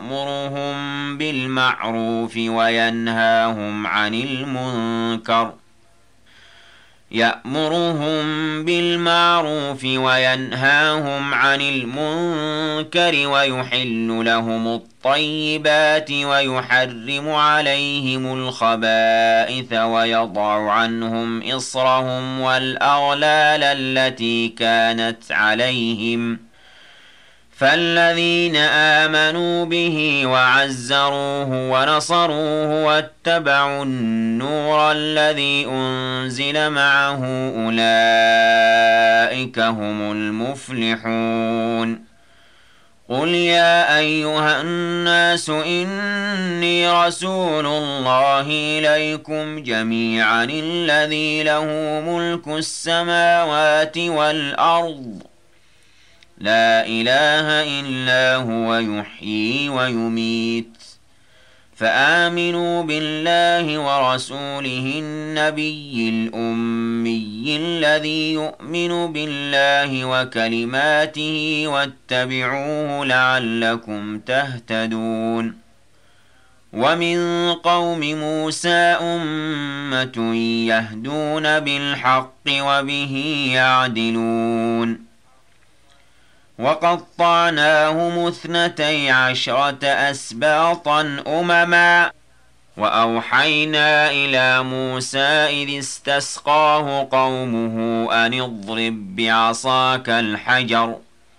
يأمرهم بالمعروف وينهاهم عن المنكر ويحل لهم الطيبات ويحرم عليهم الخبائث ويضع عنهم إصرهم والأغلال التي كانت عليهم فالذين آمنوا به وعزروه ونصروه واتبعوا النور الذي أنزل معه أولئك هم المفلحون قل يا أيها الناس إني رسول الله إليكم جميعا الذي له ملك السماوات والأرض لا إله إلا هو يحيي ويميت فآمنوا بالله ورسوله النبي الأمي الذي يؤمن بالله وكلماته واتبعوه لعلكم تهتدون ومن قوم موسى أمة يهدون بالحق وبه يعدلون وقطعناهم 12 أسباطا أمما وأوحينا إلى موسى إذ استسقاه قومه أن اضرب بعصاك الحجر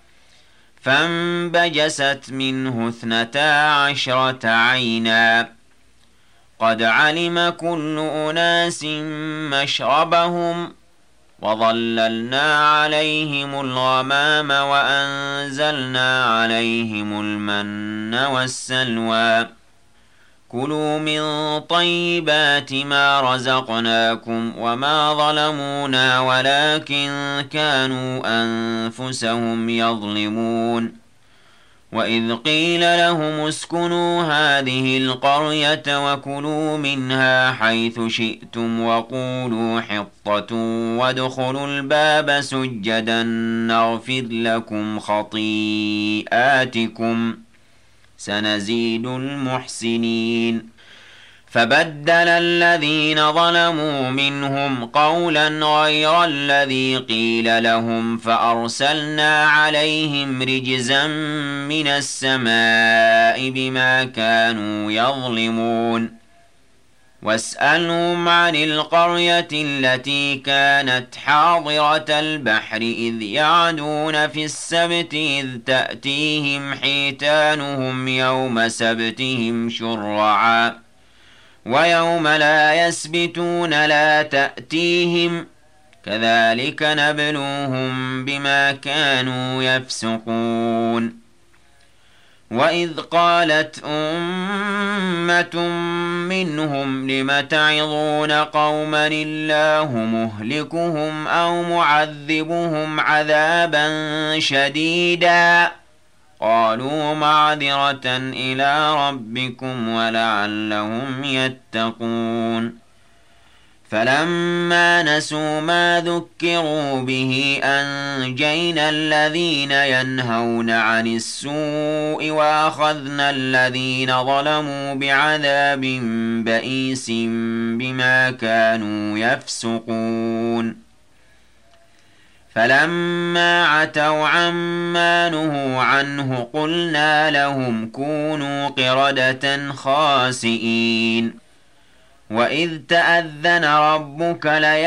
فانبجست منه 12 عينا قد علم كل أناس مشربهم وظللنا عليهم الغمام وأنزلنا عليهم المن والسلوى كلوا من طيبات ما رزقناكم وما ظلمونا ولكن كانوا أنفسهم يظلمون وإذ قيل لهم اسكنوا هذه القرية وكلوا منها حيث شئتم وقولوا حطة وادخلوا الباب سجدا نغفر لكم خطيئاتكم سنزيد المحسنين فبدل الذين ظلموا منهم قولا غير الذي قيل لهم فأرسلنا عليهم رجزا من السماء بما كانوا يظلمون واسألهم عن القرية التي كانت حاضرة البحر إذ يعدون في السبت إذ تأتيهم حيتانهم يوم سبتهم شرعا ويوم لا يسبتون لا تأتيهم كذلك نبلوهم بما كانوا يفسقون وإذ قالت أمة منهم لم تعظون قوما الله مهلكهم أو معذبهم عذابا شديدا قالوا معذرة إلى ربكم ولعلهم يتقون فلما نسوا ما ذكروا به أنجينا الذين ينهون عن السوء وأخذنا الذين ظلموا بعذاب بئيس بما كانوا يفسقون فلما عتوا عما نهوا عنه قلنا لهم كونوا قردة خاسئين وإذ تأذن ربك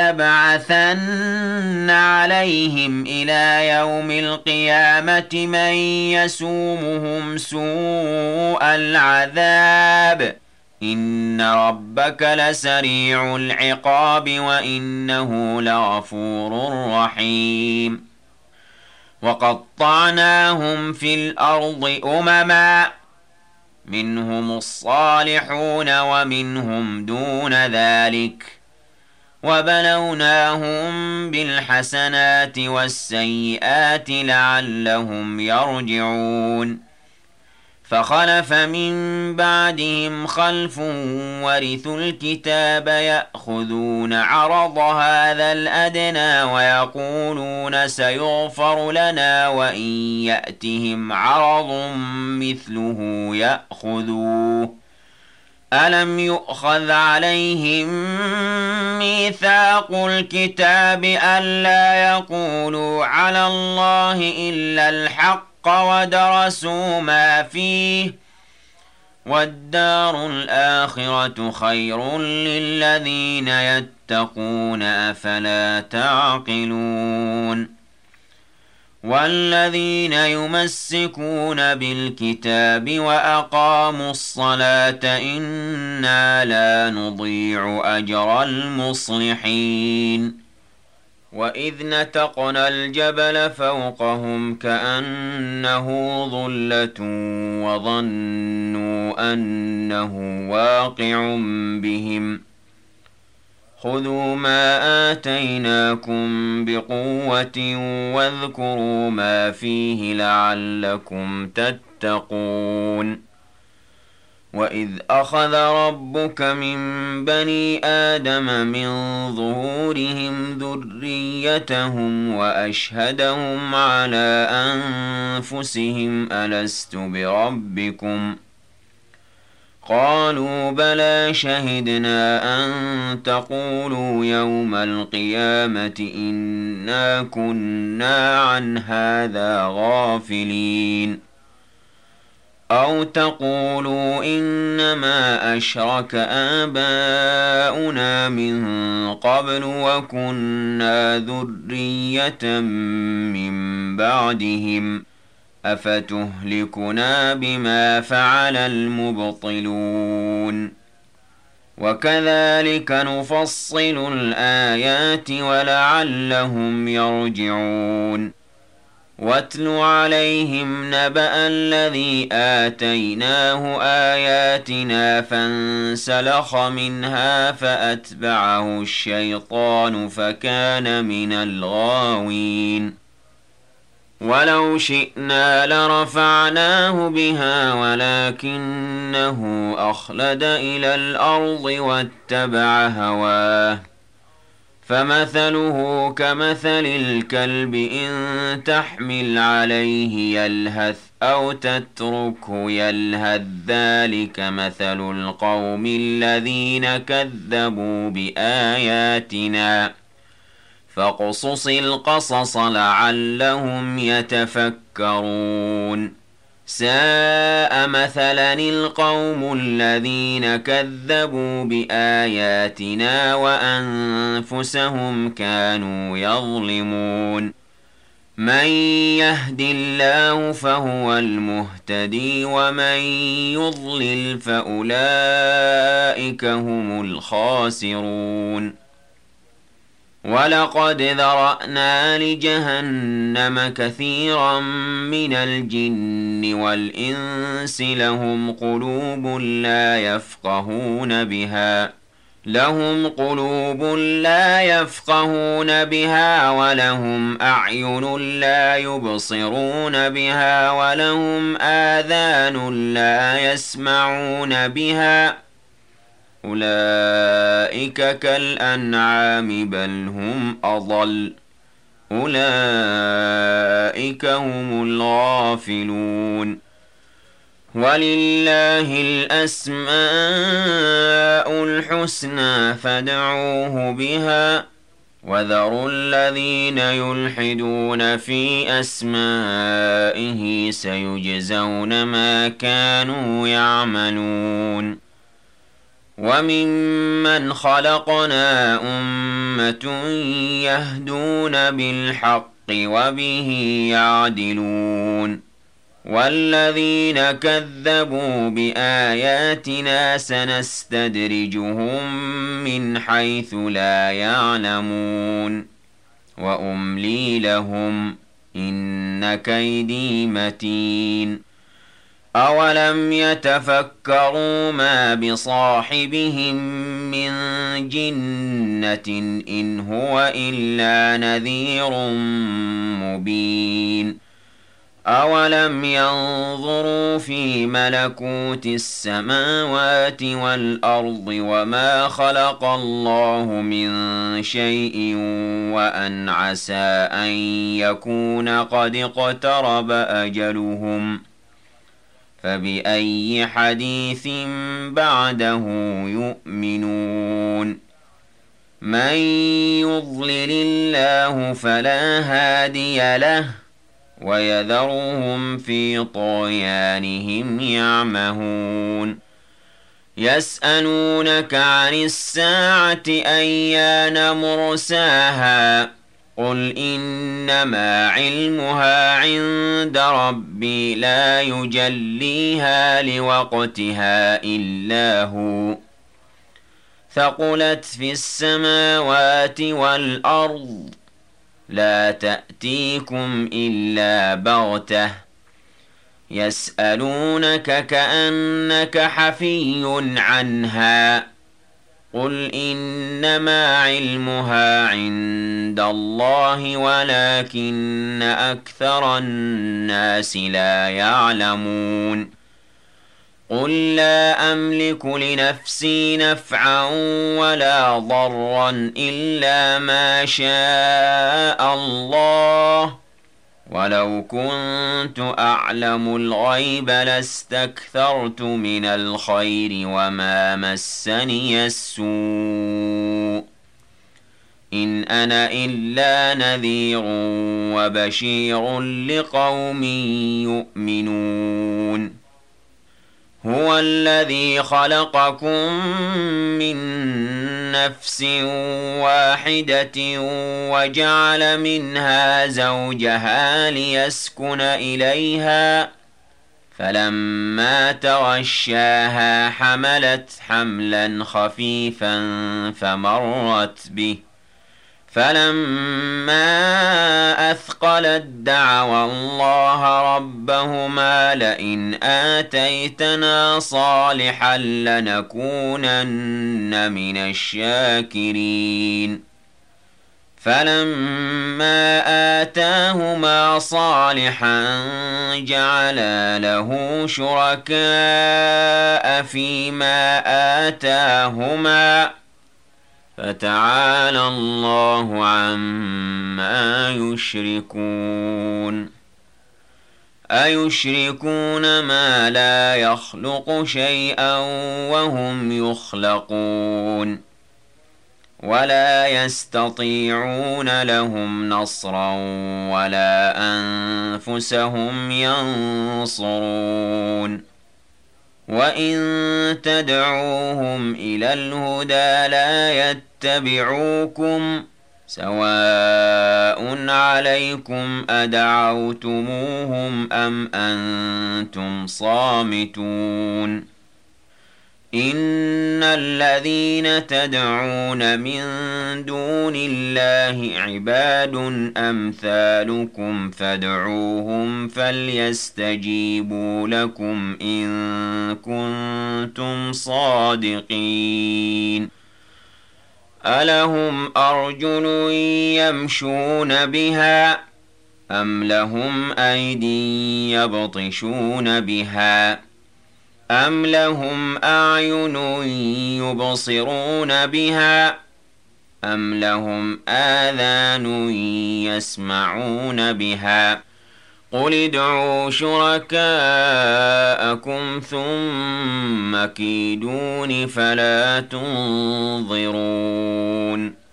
ليبعثن عليهم إلى يوم القيامة من يسومهم سوء العذاب إن ربك لسريع العقاب وإنه لغفور رحيم وقطعناهم في الأرض أمما منهم الصالحون ومنهم دون ذلك وبلوناهم بالحسنات والسيئات لعلهم يرجعون فخلف من بعدهم خلف ورثوا الكتاب يأخذون عرض هذا الأدنى ويقولون سيغفر لنا وإن يأتهم عرض مثله يأخذوه ألم يؤخذ عليهم ميثاق الكتاب ألا يقولوا على الله إلا الحق ودرسوا ما فيه والدار الآخرة خير للذين يتقون أفلا تعقلون والذين يمسكون بالكتاب وأقاموا الصلاة إنا لا نضيع أجر المصلحين وَإِذْ نَتَقْنَا الْجَبَلَ فَوْقَهُمْ كَأَنَّهُ ظُلَّةٌ وَظَنُّوا أَنَّهُ وَاقِعٌ بِهِمْ خُذُوا مَا آتَيْنَاكُمْ بِقُوَّةٍ وَاذْكُرُوا مَا فِيهِ لَعَلَّكُمْ تَتَّقُونَ وَإِذْ أَخَذَ رَبُّكَ مِنْ بَنِي آدَمَ مِنْ ظُهُورِهِمْ ذُرِّيَّتَهُمْ وَأَشْهَدَهُمْ عَلَى أَنْفُسِهِمْ أَلَسْتُ بِرَبِّكُمْ ۖ قَالُوا بَلَى شَهِدْنَا أَنْ تَقُولُوا يَوْمَ الْقِيَامَةِ إِنَّا كُنَّا عَنْ هَذَا غَافِلِينَ أَوْ تَقُولُوا إِنَّمَا أَشْرَكَ آبَاؤُنَا مِن قَبْلُ وَكُنَّا ذُرِّيَّةً مِّن بَعْدِهِمْ أَفَتُهْلِكُنَا بِمَا فَعَلَ الْمُبْطِلُونَ وَكَذَلِكَ نُفَصِّلُ الْآيَاتِ وَلَعَلَّهُمْ يَرْجِعُونَ وَاتْلُ عَلَيْهِمْ نَبَأَ الَّذِي آتَيْنَاهُ آيَاتِنَا فَانسَلَخَ مِنْهَا فَأَتْبَعَهُ الشَّيْطَانُ فَكَانَ مِنَ الْغَاوِينَ وَلَوْ شِئْنَا لَرَفَعْنَاهُ بِهَا وَلَكِنَّهُ أَخْلَدَ إِلَى الْأَرْضِ وَاتَّبَعَ هَوَاهُ فَمَثَلُهُ كَمَثَلِ الْكَلْبِ إِن تَحْمِلْ عَلَيْهِ يَلْهَثْ أَوْ تَتْرُكْهُ يَلْهَث ذَّلِكَ مَثَلُ الْقَوْمِ الَّذِينَ كَذَّبُوا بِآيَاتِنَا فَاقْصُصِ الْقَصَصَ لَعَلَّهُمْ يَتَفَكَّرُونَ سَاءَ مَثَلًا الْقَوْمُ الَّذِينَ كَذَّبُوا بِآيَاتِنَا وَأَنفُسَهُمْ كَانُوا يَظْلِمُونَ مَن يَهْدِ اللَّهُ فَهُوَ الْمُهْتَدِي وَمَن يُضْلِلْ فَأُولَئِكَ هُمُ الْخَاسِرُونَ وَلَقَدْ ذَرَأْنَا لِجَهَنَّمَ كَثِيرًا مِنَ الْجِنِّ وَالْإِنسِ لَهُمْ قُلُوبٌ لَا يَفْقَهُونَ بِهَا وَلَهُمْ أَعْيُنٌ لَا يُبْصِرُونَ بِهَا وَلَهُمْ آذَانٌ لَا يَسْمَعُونَ بِهَا أُولَئِكَ كَالْأَنْعَامِ بَلْ هُمْ أَضَلُّ أُولَئِكَ هُمُ الْغَافِلُونَ وَلِلَّهِ الْأَسْمَاءُ الْحُسْنَى فَادْعُوهُ بِهَا وَذَرُوا الَّذِينَ يُلْحِدُونَ فِي أَسْمَائِهِ سَيُجْزَوْنَ مَا كَانُوا يَعْمَلُونَ وَمِمَّنْ خَلَقْنَا أُمَّةٌ يَهْدُونَ بِالْحَقِّ وَبِهِ يَعْدِلُونَ وَالَّذِينَ كَذَّبُوا بِآيَاتِنَا سَنَسْتَدْرِجُهُم مِّنْ حَيْثُ لَا يَعْلَمُونَ وَأُمْلِي لَهُمْ إِنَّ كَيْدِي مَتِينٌ أَوَلَمْ يَتَفَكَّرُوا مَا بِصَاحِبِهِم مِّن جِنَّةٍ إِنْ هُوَ إِلَّا نَذِيرٌ مُّبِينٌ أَوَلَمْ يَنظُرُوا فِي مَلَكُوتِ السَّمَاوَاتِ وَالْأَرْضِ وَمَا خَلَقَ اللَّهُ مِن شَيْءٍ وَأَنْ عَسَىٰ أَن يَكُونَ قَدِ اقْتَرَبَ أَجَلُهُمْ فَبِأَيِّ حَدِيثٍ بَعْدَهُ يُؤْمِنُونَ مَن يُضْلِلِ اللَّهُ فَلَا هَادِيَ لَهُ وَيَذَرُهُمْ فِي طُغْيَانِهِمْ يَعْمَهُونَ يَسْأَلُونَكَ عَنِ السَّاعَةِ أَيَّانَ مُرْسَاهَا قُلْ إِنَّمَا عِلْمُهَا عِندَ رَبِّي لَا يُجَلِّيهَا لِوَقْتِهَا إِلَّا هُوَ ثَقُلَتْ فِي السَّمَاوَاتِ وَالْأَرْضِ لا تأتيكم إلا بغتة يسألونك كأنك حفي عنها قل إنما علمها عند الله ولكن أكثر الناس لا يعلمون قل لا أملك لنفسي نفعا ولا ضرا إلا ما شاء الله ولو كنت أعلم الغيب لاستكثرت من الخير وما مسني السوء إن أنا إلا نذير وبشير لقوم يؤمنون هو الذي خلقكم من نفس واحدة وجعل منها زوجها ليسكن إليها فلما تغشاها حملت حملا خفيفا فمرت به فلما أثقلت دعوا الله ربهما لئن آتيتنا صالحا لنكونن من الشاكرين فلما آتاهما صالحا جعلا له شركاء فيما آتاهما فتعالى الله عما يشركون أيشركون ما لا يخلق شيئا وهم يخلقون ولا يستطيعون لهم نصرا ولا أنفسهم ينصرون وإن تدعوهم إلى الهدى لا يتبعوكم سواء عليكم أدعوتموهم أم أنتم صامتون إن الذين تدعون من دون الله عباد أمثالكم فادعوهم فليستجيبوا لكم إن كنتم صادقين ألهم أرجل يمشون بها أم لهم أيدي يبطشون بها أم لهم أعين يبصرون بها أم لهم آذان يسمعون بها قل ادعوا شركاءكم ثم كيدون فلا تنظرون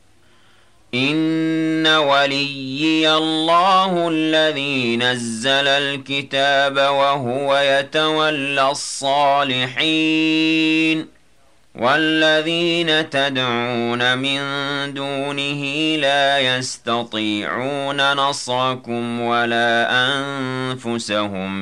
إن وليي الله الذي نزل الكتاب وهو يتولى الصالحين والذين تدعون من دونه لا يستطيعون نصركم ولا أنفسهم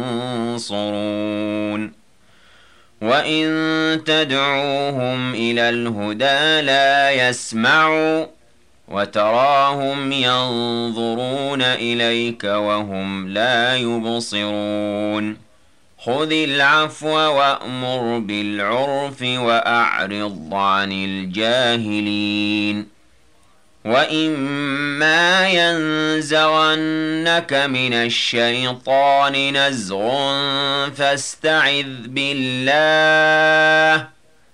ينصرون وإن تدعوهم إلى الهدى لا يسمعوا وتراهم ينظرون إليك وهم لا يبصرون خذ العفو وأمر بالعرف وأعرض عن الجاهلين وإما ينزغنك من الشيطان نزغ فاستعذ بالله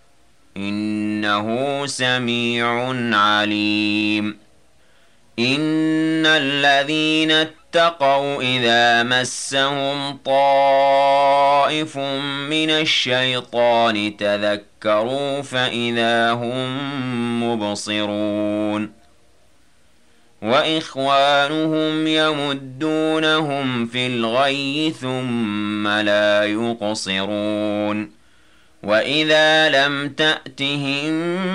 إنه سميع عليم إن الذين اتقوا إذا مسهم طائف من الشيطان تذكروا فإذا هم مبصرون وإخوانهم يمدونهم في الغي ثم لا يقصرون وإذا لم تأتهم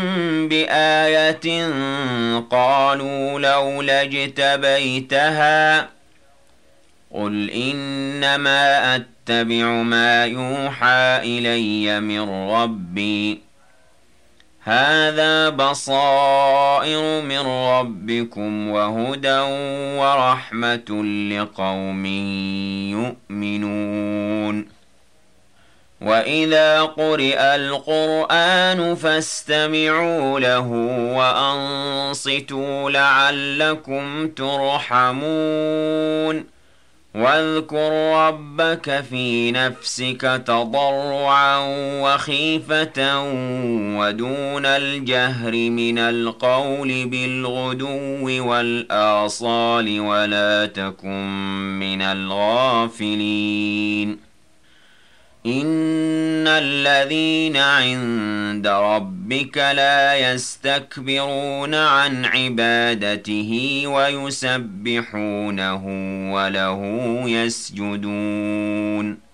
بآية قالوا لولا اجتبيتها قل إنما أتبع ما يوحى إلي من ربي هذا بصائر من ربكم وهدى ورحمة لقوم يؤمنون وَإِذَا قُرِئَ الْقُرْآنُ فَاسْتَمِعُوا لَهُ وَأَنصِتُوا لَعَلَّكُمْ تُرْحَمُونَ وَاذْكُر رَّبَّكَ فِي نَفْسِكَ تَضَرُّعًا وَخِيفَةً وَدُونَ الْجَهْرِ مِنَ الْقَوْلِ بِالْغُدُوِّ وَالْآصَالِ وَلَا تَكُن مِّنَ الْغَافِلِينَ إِنَّ الَّذِينَ عِندَ رَبِّكَ لَا يَسْتَكْبِرُونَ عَنْ عِبَادَتِهِ وَيُسَبِّحُونَهُ وَلَهُ يَسْجُدُونَ